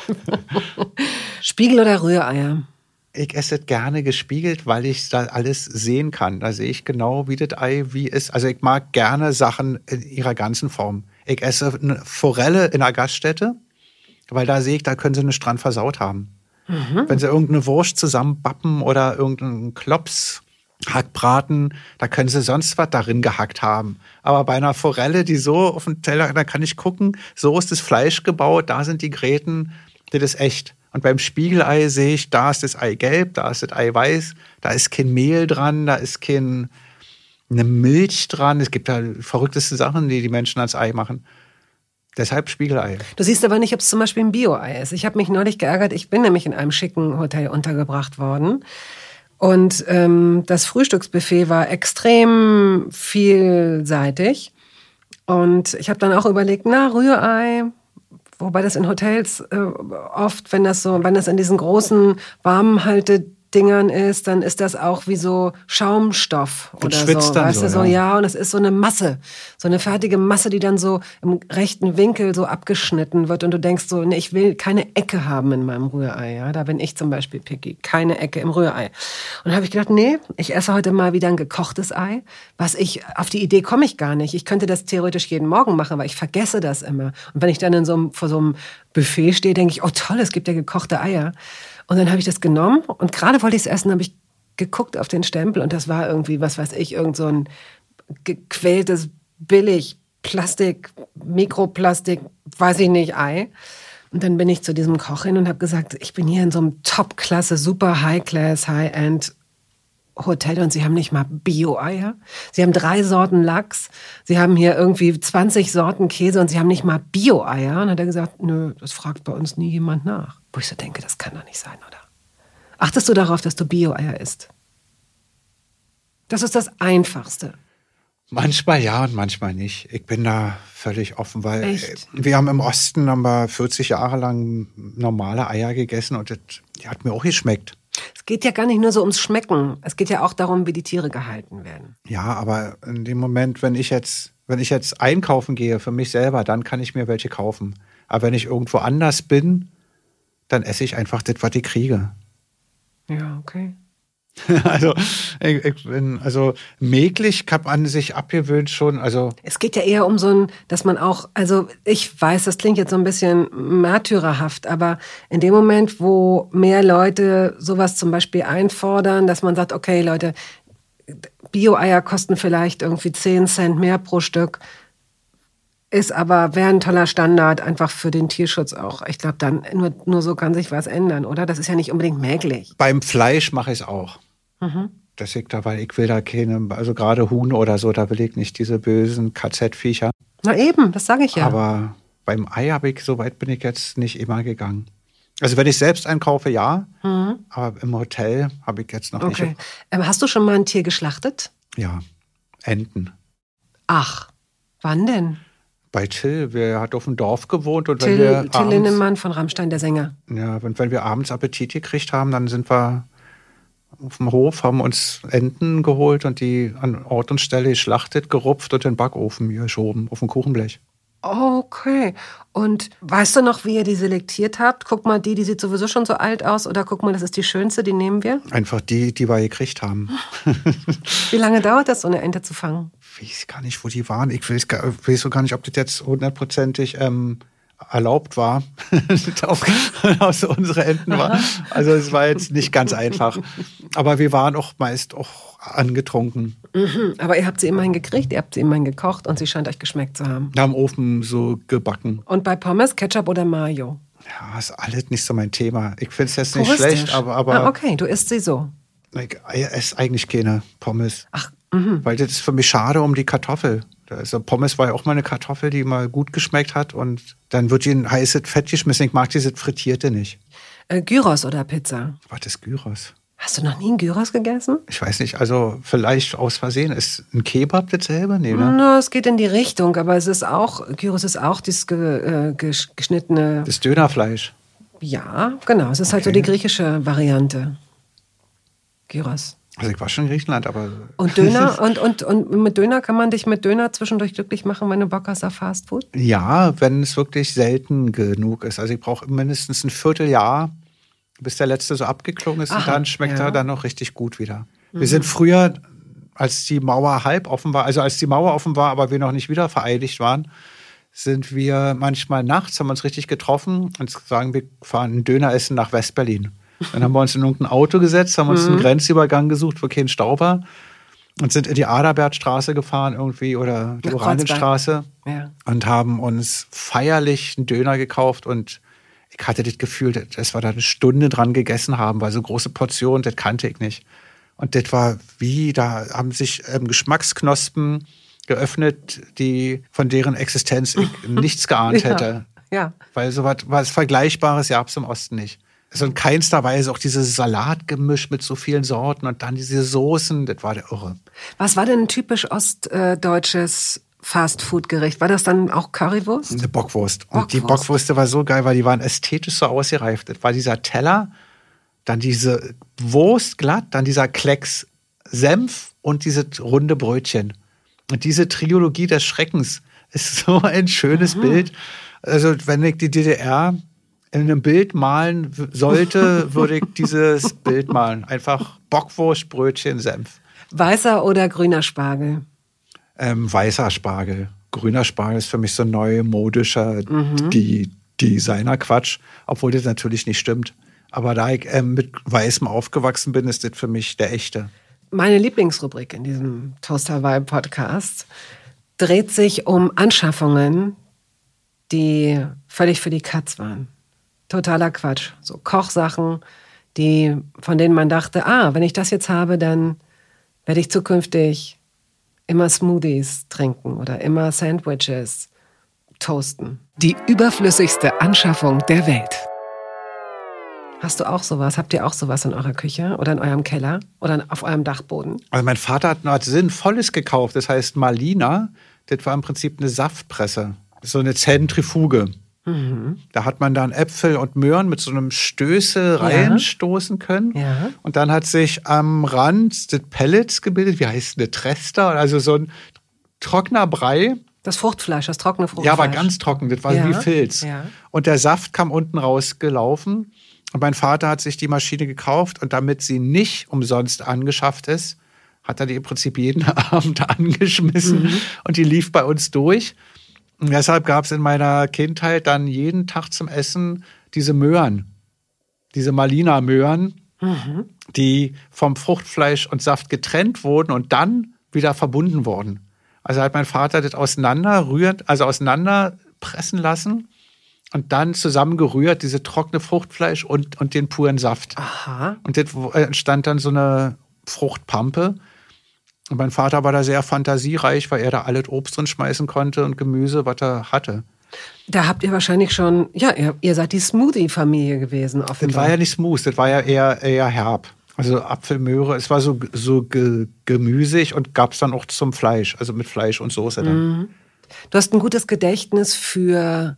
Spiegel oder Rühreier? Ich esse es gerne gespiegelt, weil ich da alles sehen kann. Da sehe ich genau, wie das Ei wie ist. Also ich mag gerne Sachen in ihrer ganzen Form. Ich esse eine Forelle in einer Gaststätte, weil da sehe ich, da können sie einen Strand versaut haben. Mhm. Wenn sie irgendeine Wurst zusammenbappen oder irgendeinen Klops, Hackbraten, da können sie sonst was darin gehackt haben. Aber bei einer Forelle, die so auf dem Teller, da kann ich gucken, so ist das Fleisch gebaut, da sind die Gräten, das ist echt. Und beim Spiegelei sehe ich, da ist das Ei gelb, da ist das Ei weiß, da ist kein Mehl dran, da ist keine Milch dran. Es gibt da verrückteste Sachen, die die Menschen ans Ei machen. Deshalb Spiegelei. Du siehst aber nicht, ob es zum Beispiel ein Bio-Ei ist. Ich habe mich neulich geärgert, ich bin nämlich in einem schicken Hotel untergebracht worden. Und ähm, das Frühstücksbuffet war extrem vielseitig. Und ich habe dann auch überlegt, na, Rührei. Wobei das in Hotels äh, oft, wenn das so, wenn das in diesen großen Warmhaltedingern ist, dann ist das auch wie so Schaumstoff oder so, dann weißt so, du, so, ja. ja, und es ist so eine Masse, so eine fertige Masse, die dann so im rechten Winkel so abgeschnitten wird und du denkst so, nee, ich will keine Ecke haben in meinem Rührei, ja, da bin ich zum Beispiel picky, keine Ecke im Rührei. Und dann habe ich gedacht, nee, ich esse heute mal wieder ein gekochtes Ei, was ich, auf die Idee komme ich gar nicht. Ich könnte das theoretisch jeden Morgen machen, aber ich vergesse das immer. Und wenn ich dann in so einem, vor so einem Buffet stehe, denke ich, oh toll, es gibt ja gekochte Eier. Und dann habe ich das genommen und gerade wollte ich es essen, habe ich geguckt auf den Stempel und das war irgendwie, was weiß ich, irgend so ein gequältes, billig Plastik, Mikroplastik, weiß ich nicht, Ei. Und dann bin ich zu diesem Koch hin und habe gesagt, ich bin hier in so einem Top-Klasse, super High-Class, High-End Hotel und Sie haben nicht mal Bio-Eier. Sie haben drei Sorten Lachs, Sie haben hier irgendwie zwanzig Sorten Käse und Sie haben nicht mal Bio-Eier. Und dann hat er gesagt, nö, das fragt bei uns nie jemand nach. Wo ich so denke, das kann doch nicht sein, oder? Achtest du darauf, dass du Bio-Eier isst? Das ist das Einfachste. Manchmal ja und manchmal nicht. Ich bin da völlig offen, weil Echt? wir haben im Osten haben wir vierzig Jahre lang normale Eier gegessen und das die hat mir auch geschmeckt. Es geht ja gar nicht nur so ums Schmecken. Es geht ja auch darum, wie die Tiere gehalten werden. Ja, aber in dem Moment, wenn ich jetzt, wenn ich jetzt einkaufen gehe für mich selber, dann kann ich mir welche kaufen. Aber wenn ich irgendwo anders bin, dann esse ich einfach das, was ich kriege. Ja, okay. Also ich, ich bin, also mäglich kann man sich abgewöhnt schon. Also Es geht ja eher um so ein, dass man auch, also ich weiß, das klingt jetzt so ein bisschen märtyrerhaft, aber in dem Moment, wo mehr Leute sowas zum Beispiel einfordern, dass man sagt, okay, Leute, Bio-Eier kosten vielleicht irgendwie zehn Cent mehr pro Stück, ist aber, wäre ein toller Standard einfach für den Tierschutz auch. Ich glaube, dann nur, nur so kann sich was ändern, oder? Das ist ja nicht unbedingt möglich. beim Fleisch mache ich es auch. Mhm. Das ich da, weil ich will da keine, also gerade Huhn oder so, da will ich nicht diese bösen K Z-Viecher. Na eben, das sage ich ja. Aber beim Ei habe ich, so weit bin ich jetzt nicht immer gegangen. Also wenn ich selbst einkaufe, ja. Mhm. Aber im Hotel habe ich jetzt noch Okay. nicht. Ähm, hast du schon mal ein Tier geschlachtet? Ja, Enten. Ach, wann denn? Bei Till, wer hat auf dem Dorf gewohnt und Till, wenn wir Till abends, Lindemann von Rammstein, der Sänger. ja, und wenn wir abends Appetit gekriegt haben, dann sind wir auf dem Hof, haben uns Enten geholt und die an Ort und Stelle geschlachtet, gerupft und in den Backofen geschoben, auf dem Kuchenblech. Okay. Und weißt du noch, wie ihr die selektiert habt? Guck mal, die, die sieht sowieso schon so alt aus. Oder guck mal, das ist die schönste, die nehmen wir. Einfach die, die wir gekriegt haben. Wie lange dauert das, so eine Ente zu fangen? Ich weiß gar nicht, wo die waren. Ich weiß, gar, weiß so gar nicht, ob das jetzt hundertprozentig ähm, erlaubt war, auf, aus unsere Enten war. Also es war jetzt nicht ganz einfach. Aber wir waren auch meist auch angetrunken. Mhm. Aber ihr habt sie immerhin gekriegt, ihr habt sie immerhin gekocht und sie scheint euch geschmeckt zu haben. Wir haben im Ofen so gebacken. Und bei Pommes, Ketchup oder Mayo? Ja, ist alles nicht so mein Thema. Ich finde es jetzt nicht Puristisch. schlecht, aber, aber Ah, okay, du isst sie so. ich esse eigentlich keine Pommes. Ach, mhm. Weil das ist für mich schade um die Kartoffel. Also Pommes war ja auch mal eine Kartoffel, die mal gut geschmeckt hat und dann wird die in heißes Fett geschmissen. Ich mag diese Frittierte nicht. Äh, Gyros oder Pizza? Was ist Gyros? Hast du noch nie einen Gyros gegessen? Ich weiß nicht, also vielleicht aus Versehen. Ist ein Kebab dasselbe? Nee, ne? Na, es geht in die Richtung, aber es ist auch, Gyros ist auch dieses ge, äh, gesch- geschnittene. Das Dönerfleisch. Ja, genau. Es ist halt so Okay. die griechische Variante. Gyros. Also ich war schon in Griechenland, aber Und Döner und, und, und mit Döner kann man dich mit Döner zwischendurch glücklich machen, wenn du Bock hast auf Fastfood? ja, wenn es wirklich selten genug ist. Also ich brauche mindestens ein Vierteljahr, bis der letzte so abgeklungen ist. Aha, und dann schmeckt ja. er dann noch richtig gut wieder. Wir sind früher, als die Mauer halb offen war, also als die Mauer offen war, aber wir noch nicht wieder vereidigt waren, sind wir manchmal nachts, haben uns richtig getroffen und sagen, wir fahren einen Döner essen nach West-Berlin. Dann haben wir uns in irgendein Auto gesetzt, haben uns einen Grenzübergang gesucht, wo kein Stau war und sind in die Aderbertstraße gefahren irgendwie oder die Nach Oranienstraße Ja. und haben uns feierlich einen Döner gekauft und ich hatte das Gefühl, dass wir da eine Stunde dran gegessen haben, weil so große Portionen, das kannte ich nicht. Und das war wie, da haben sich ähm, Geschmacksknospen geöffnet, die von deren Existenz ich nichts geahnt Ja. hätte. Ja. Weil so was, was Vergleichbares gab es im Osten nicht. Also in keinster Weise auch dieses Salatgemisch mit so vielen Sorten und dann diese Soßen, das war der Irre. Was war denn ein typisch ostdeutsches Fastfood-Gericht? War das dann auch Currywurst? Eine Bockwurst. Und die Bockwurst. Bockwürste war so geil, weil die waren ästhetisch so ausgereift. Das war dieser Teller, dann diese Wurst glatt, dann dieser Klecks Senf und diese runde Brötchen. Und diese Trilogie des Schreckens ist so ein schönes Mhm. Bild. Also wenn ich die D D R in einem Bild malen w- sollte, würde ich dieses Bild malen. Einfach Bockwurst, Brötchen, Senf. Weißer oder grüner Spargel? Ähm, weißer Spargel. Grüner Spargel ist für mich so neumodischer die Designer-Quatsch, obwohl das natürlich nicht stimmt. Aber da ich ähm, mit Weißem aufgewachsen bin, ist das für mich der echte. Meine Lieblingsrubrik in diesem Toast Hawaii Podcast dreht sich um Anschaffungen, die völlig für die Katz waren. totaler Quatsch. So Kochsachen, die, von denen man dachte, ah, wenn ich das jetzt habe, dann werde ich zukünftig immer Smoothies trinken oder immer Sandwiches toasten. Die überflüssigste Anschaffung der Welt. Hast du auch sowas? Habt ihr auch sowas in eurer Küche oder in eurem Keller oder auf eurem Dachboden? Also mein Vater hat was Sinnvolles gekauft, das heißt Malina. Das war im Prinzip eine Saftpresse, so eine Zentrifuge. Mhm. Da hat man dann Äpfel und Möhren mit so einem Stößel reinstoßen können. Ja. Und dann hat sich am Rand das Pellets gebildet, wie heißt das, Trester, also so ein trockener Brei. Das Fruchtfleisch, das trockene Fruchtfleisch. Ja, aber ganz trocken, das war ja. wie Filz. Ja. Und der Saft kam unten rausgelaufen. Und mein Vater hat sich die Maschine gekauft und damit sie nicht umsonst angeschafft ist, hat er die im Prinzip jeden Abend angeschmissen mhm. und die lief bei uns durch. Und deshalb gab es in meiner Kindheit dann jeden Tag zum Essen diese Möhren, diese Malina-Möhren, mhm. die vom Fruchtfleisch und Saft getrennt wurden und dann wieder verbunden wurden. Also hat mein Vater das auseinanderrührt, also auseinanderpressen lassen. Und dann zusammengerührt, diese trockene Fruchtfleisch und, und den puren Saft. Aha. Und das entstand dann so eine Fruchtpampe. Und mein Vater war da sehr fantasiereich, weil er da alles Obst drin schmeißen konnte und Gemüse, was er hatte. Da habt ihr wahrscheinlich schon, ja, ihr, ihr seid die Smoothie-Familie gewesen, offenbar. Das war ja nicht smooth, das war ja eher, eher herb. Also Apfel, Möhre, es war so, so ge, gemüsig und gab es dann auch zum Fleisch, also mit Fleisch und Soße dann. Mhm. Du hast ein gutes Gedächtnis für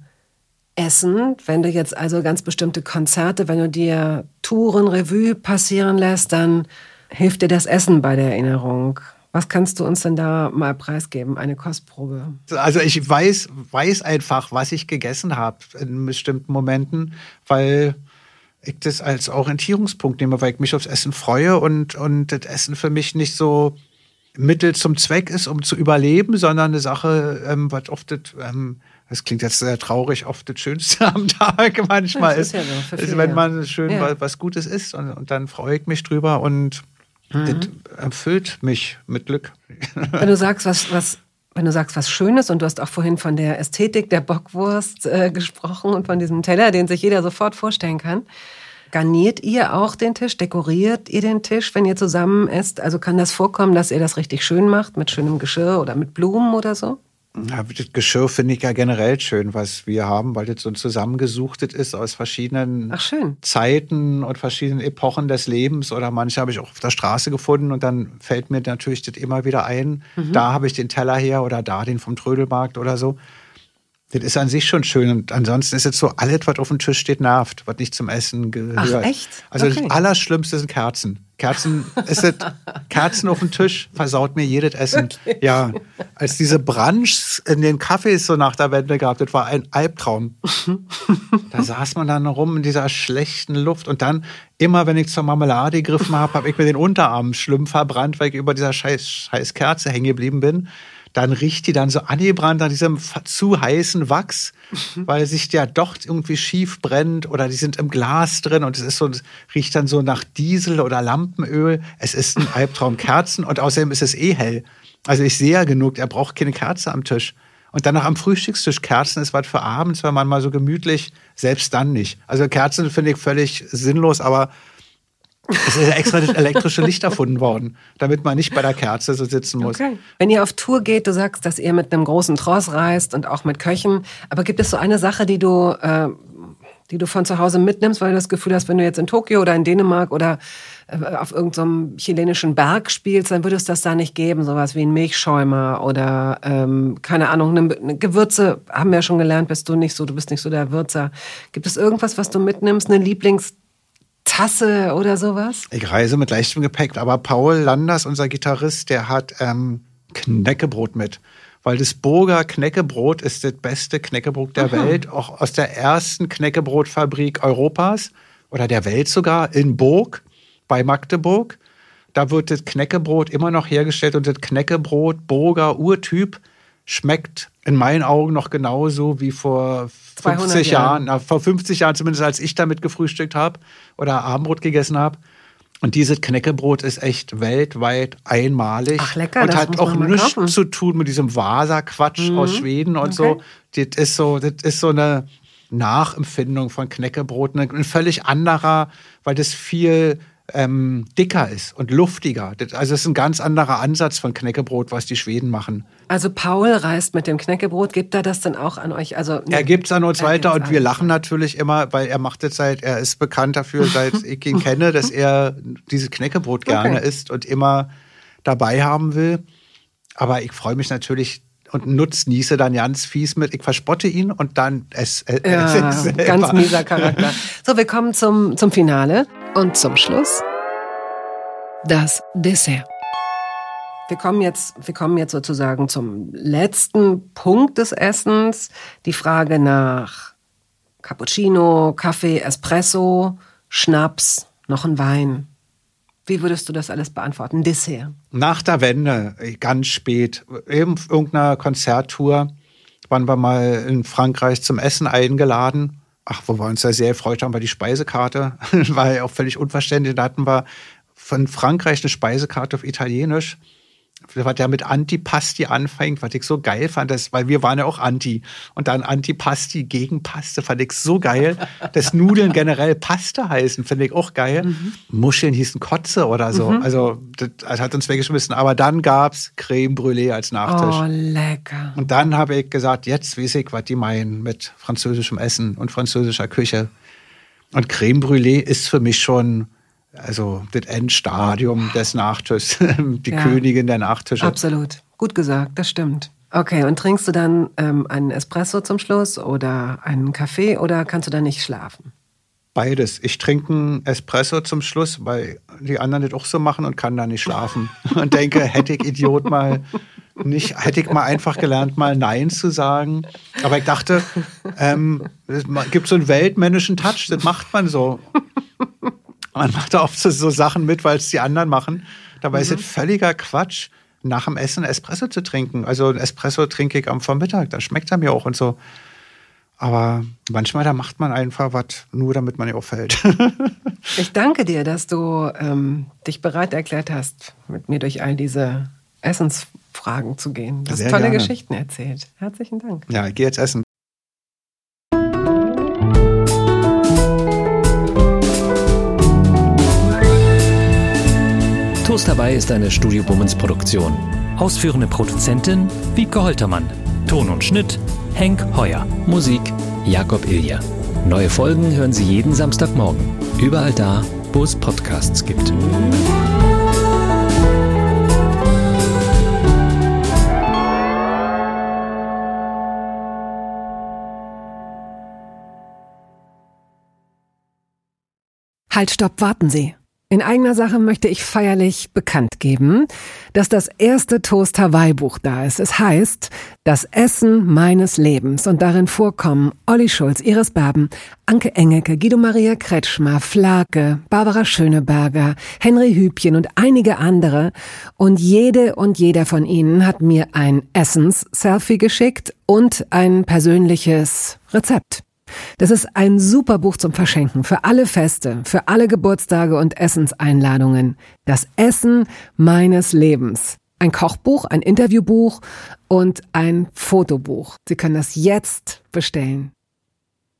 Essen, wenn du jetzt also ganz bestimmte Konzerte, wenn du dir Touren, Revue passieren lässt, dann hilft dir das Essen bei der Erinnerung. Was kannst du uns denn da mal preisgeben, eine Kostprobe? Also ich weiß, weiß einfach, was ich gegessen habe in bestimmten Momenten, weil ich das als Orientierungspunkt nehme, weil ich mich aufs Essen freue und, und das Essen für mich nicht so Mittel zum Zweck ist, um zu überleben, sondern eine Sache, ähm, was oft das, ähm, das klingt jetzt sehr traurig, oft das Schönste am Tag manchmal das ist, ist, ja so, ist viele, wenn man schön ja. was, was Gutes isst und, und dann freue ich mich drüber und mhm. das erfüllt mich mit Glück. Wenn du sagst, was, was, wenn du sagst, was Schönes und du hast auch vorhin von der Ästhetik der Bockwurst äh, gesprochen und von diesem Teller, den sich jeder sofort vorstellen kann. Garniert ihr auch den Tisch? Dekoriert ihr den Tisch, wenn ihr zusammen esst? Also kann das vorkommen, dass ihr das richtig schön macht, mit schönem Geschirr oder mit Blumen oder so? Ja, das Geschirr finde ich ja generell schön, was wir haben, weil das so zusammengesuchtet ist aus verschiedenen Ach, schön. Zeiten und verschiedenen Epochen des Lebens. Oder manche habe ich auch auf der Straße gefunden und dann fällt mir natürlich das immer wieder ein. Mhm. Da habe ich den Teller her oder da den vom Trödelmarkt oder so. Das ist an sich schon schön. Und ansonsten ist jetzt so, alles, was auf dem Tisch steht, nervt, was nicht zum Essen gehört. Ach, echt? Also okay. Das Allerschlimmste sind Kerzen. Kerzen, ist das, Kerzen auf dem Tisch versaut mir jedes Essen. Wirklich? Ja, als diese Brunchs in den Cafés so nach der Wende gab, das war ein Albtraum. Da saß man dann rum in dieser schlechten Luft und dann, immer wenn ich zur Marmelade gegriffen habe, habe ich mir den Unterarm schlimm verbrannt, weil ich über dieser scheiß, scheiß Kerze hängen geblieben bin. Dann riecht die dann so angebrannt nach diesem zu heißen Wachs, weil sich der doch irgendwie schief brennt oder die sind im Glas drin und es ist so, es riecht dann so nach Diesel oder Lampenöl. Es ist ein Albtraum. Kerzen und außerdem ist es eh hell. Also ich sehe ja genug, er braucht keine Kerze am Tisch. Und dann noch am Frühstückstisch. Kerzen ist was für abends, wenn man mal so gemütlich, selbst dann nicht. Also Kerzen finde ich völlig sinnlos, aber es ist ja extra das elektrische Licht erfunden worden, damit man nicht bei der Kerze so sitzen muss. Okay. Wenn ihr auf Tour geht, du sagst, dass ihr mit einem großen Tross reist und auch mit Köchen. Aber gibt es so eine Sache, die du, äh, die du von zu Hause mitnimmst, weil du das Gefühl hast, wenn du jetzt in Tokio oder in Dänemark oder äh, auf irgendeinem chilenischen Berg spielst, dann würde es das da nicht geben. Sowas wie ein Milchschäumer oder, ähm, keine Ahnung, eine, eine Gewürze, haben wir ja schon gelernt, bist du nicht so, du bist nicht so der Würzer. Gibt es irgendwas, was du mitnimmst, eine Lieblings- Tasse oder sowas? Ich reise mit leichtem Gepäck, aber Paul Landers, unser Gitarrist, der hat ähm, Knäckebrot mit. Weil das Burger Knäckebrot ist das beste Knäckebrot der Aha. Welt, auch aus der ersten Knäckebrotfabrik Europas oder der Welt sogar, in Burg bei Magdeburg. Da wird das Knäckebrot immer noch hergestellt und das Knäckebrot, Burger, Urtyp, schmeckt in meinen Augen noch genauso wie vor fünfzig Jahren. Na, vor fünfzig Jahren zumindest, als ich damit gefrühstückt habe oder Abendbrot gegessen habe. Und dieses Knäckebrot ist echt weltweit einmalig. Ach, lecker, und das hat muss auch man mal nichts kaufen. zu tun mit diesem Vasa-Quatsch mhm. aus Schweden und okay. so. Das ist so, das ist so eine Nachempfindung von Knäckebrot, ein völlig anderer, weil das viel ähm, dicker ist und luftiger. Das, also es ist ein ganz anderer Ansatz von Knäckebrot, was die Schweden machen. Also Paul reist mit dem Knäckebrot, gibt er das dann auch an euch? Also, ne, er gibt es an uns weiter und wir lachen natürlich immer, weil er macht jetzt seit, er ist bekannt dafür, seit ich ihn kenne, dass er dieses Knäckebrot gerne okay. isst und immer dabei haben will. Aber ich freue mich natürlich und nutznieße dann ganz fies mit. Ich verspotte ihn und dann es. es ja, es ganz mieser Charakter. So, wir kommen zum, zum Finale. Und zum Schluss das Dessert. Wir kommen jetzt, wir kommen jetzt sozusagen zum letzten Punkt des Essens. Die Frage nach Cappuccino, Kaffee, Espresso, Schnaps, noch ein Wein. Wie würdest du das alles beantworten? Dessert. Nach der Wende, ganz spät, eben auf irgendeiner Konzerttour, waren wir mal in Frankreich zum Essen eingeladen. Ach, wo wir uns ja sehr gefreut haben, war die Speisekarte. War ja auch völlig unverständlich. Da hatten wir von Frankreich eine Speisekarte auf Italienisch. Was ja mit Antipasti anfängt, was ich so geil fand, das, weil wir waren ja auch Anti. Und dann Antipasti gegen Paste fand ich so geil. Dass Nudeln generell Paste heißen, finde ich auch geil. Mhm. Muscheln hießen Kotze oder so. Mhm. Also das, das hat uns weggeschmissen. Aber dann gab's Creme Brûlée als Nachtisch. Oh, lecker. Und dann habe ich gesagt, jetzt weiß ich, was die meinen mit französischem Essen und französischer Küche. Und Creme Brûlée ist für mich schon... Also das Endstadium des Nachtisches, die ja. Königin der Nachtische. Absolut, gut gesagt, das stimmt. Okay, und trinkst du dann ähm, einen Espresso zum Schluss oder einen Kaffee oder kannst du dann nicht schlafen? Beides. Ich trinke einen Espresso zum Schluss, weil die anderen das auch so machen und kann da nicht schlafen. Und denke, hätte ich Idiot mal nicht, hätte ich mal einfach gelernt, mal Nein zu sagen. Aber ich dachte, ähm, es gibt so einen weltmännischen Touch, das macht man so. Man macht da oft so, so Sachen mit, weil es die anderen machen. Dabei mhm. ist es völliger Quatsch, nach dem Essen Espresso zu trinken. Also ein Espresso trinke ich am Vormittag, da schmeckt er mir auch und so. Aber manchmal, da macht man einfach was, nur damit man nicht auffällt. Ich danke dir, dass du ähm, dich bereit erklärt hast, mit mir durch all diese Essensfragen zu gehen. Du hast tolle gerne. Geschichten erzählt. Herzlichen Dank. Ja, ich gehe jetzt essen. Toast dabei ist eine Studio Bummens Produktion. Ausführende Produzentin Wiebke Holtermann. Ton und Schnitt Henk Heuer. Musik Jakob Ilja. Neue Folgen hören Sie jeden Samstagmorgen. Überall da, wo es Podcasts gibt. Halt, stopp, warten Sie. In eigener Sache möchte ich feierlich bekannt geben, dass das erste Toast Hawaii Buch da ist. Es heißt Das Essen meines Lebens und darin vorkommen Olli Schulz, Iris Berben, Anke Engelke, Guido Maria Kretschmer, Flake, Barbara Schöneberger, Henry Hübchen und einige andere. Und jede und jeder von ihnen hat mir ein Essens-Selfie geschickt und ein persönliches Rezept. Das ist ein super Buch zum Verschenken für alle Feste, für alle Geburtstage und Essenseinladungen. Das Essen meines Lebens. Ein Kochbuch, ein Interviewbuch und ein Fotobuch. Sie können das jetzt bestellen.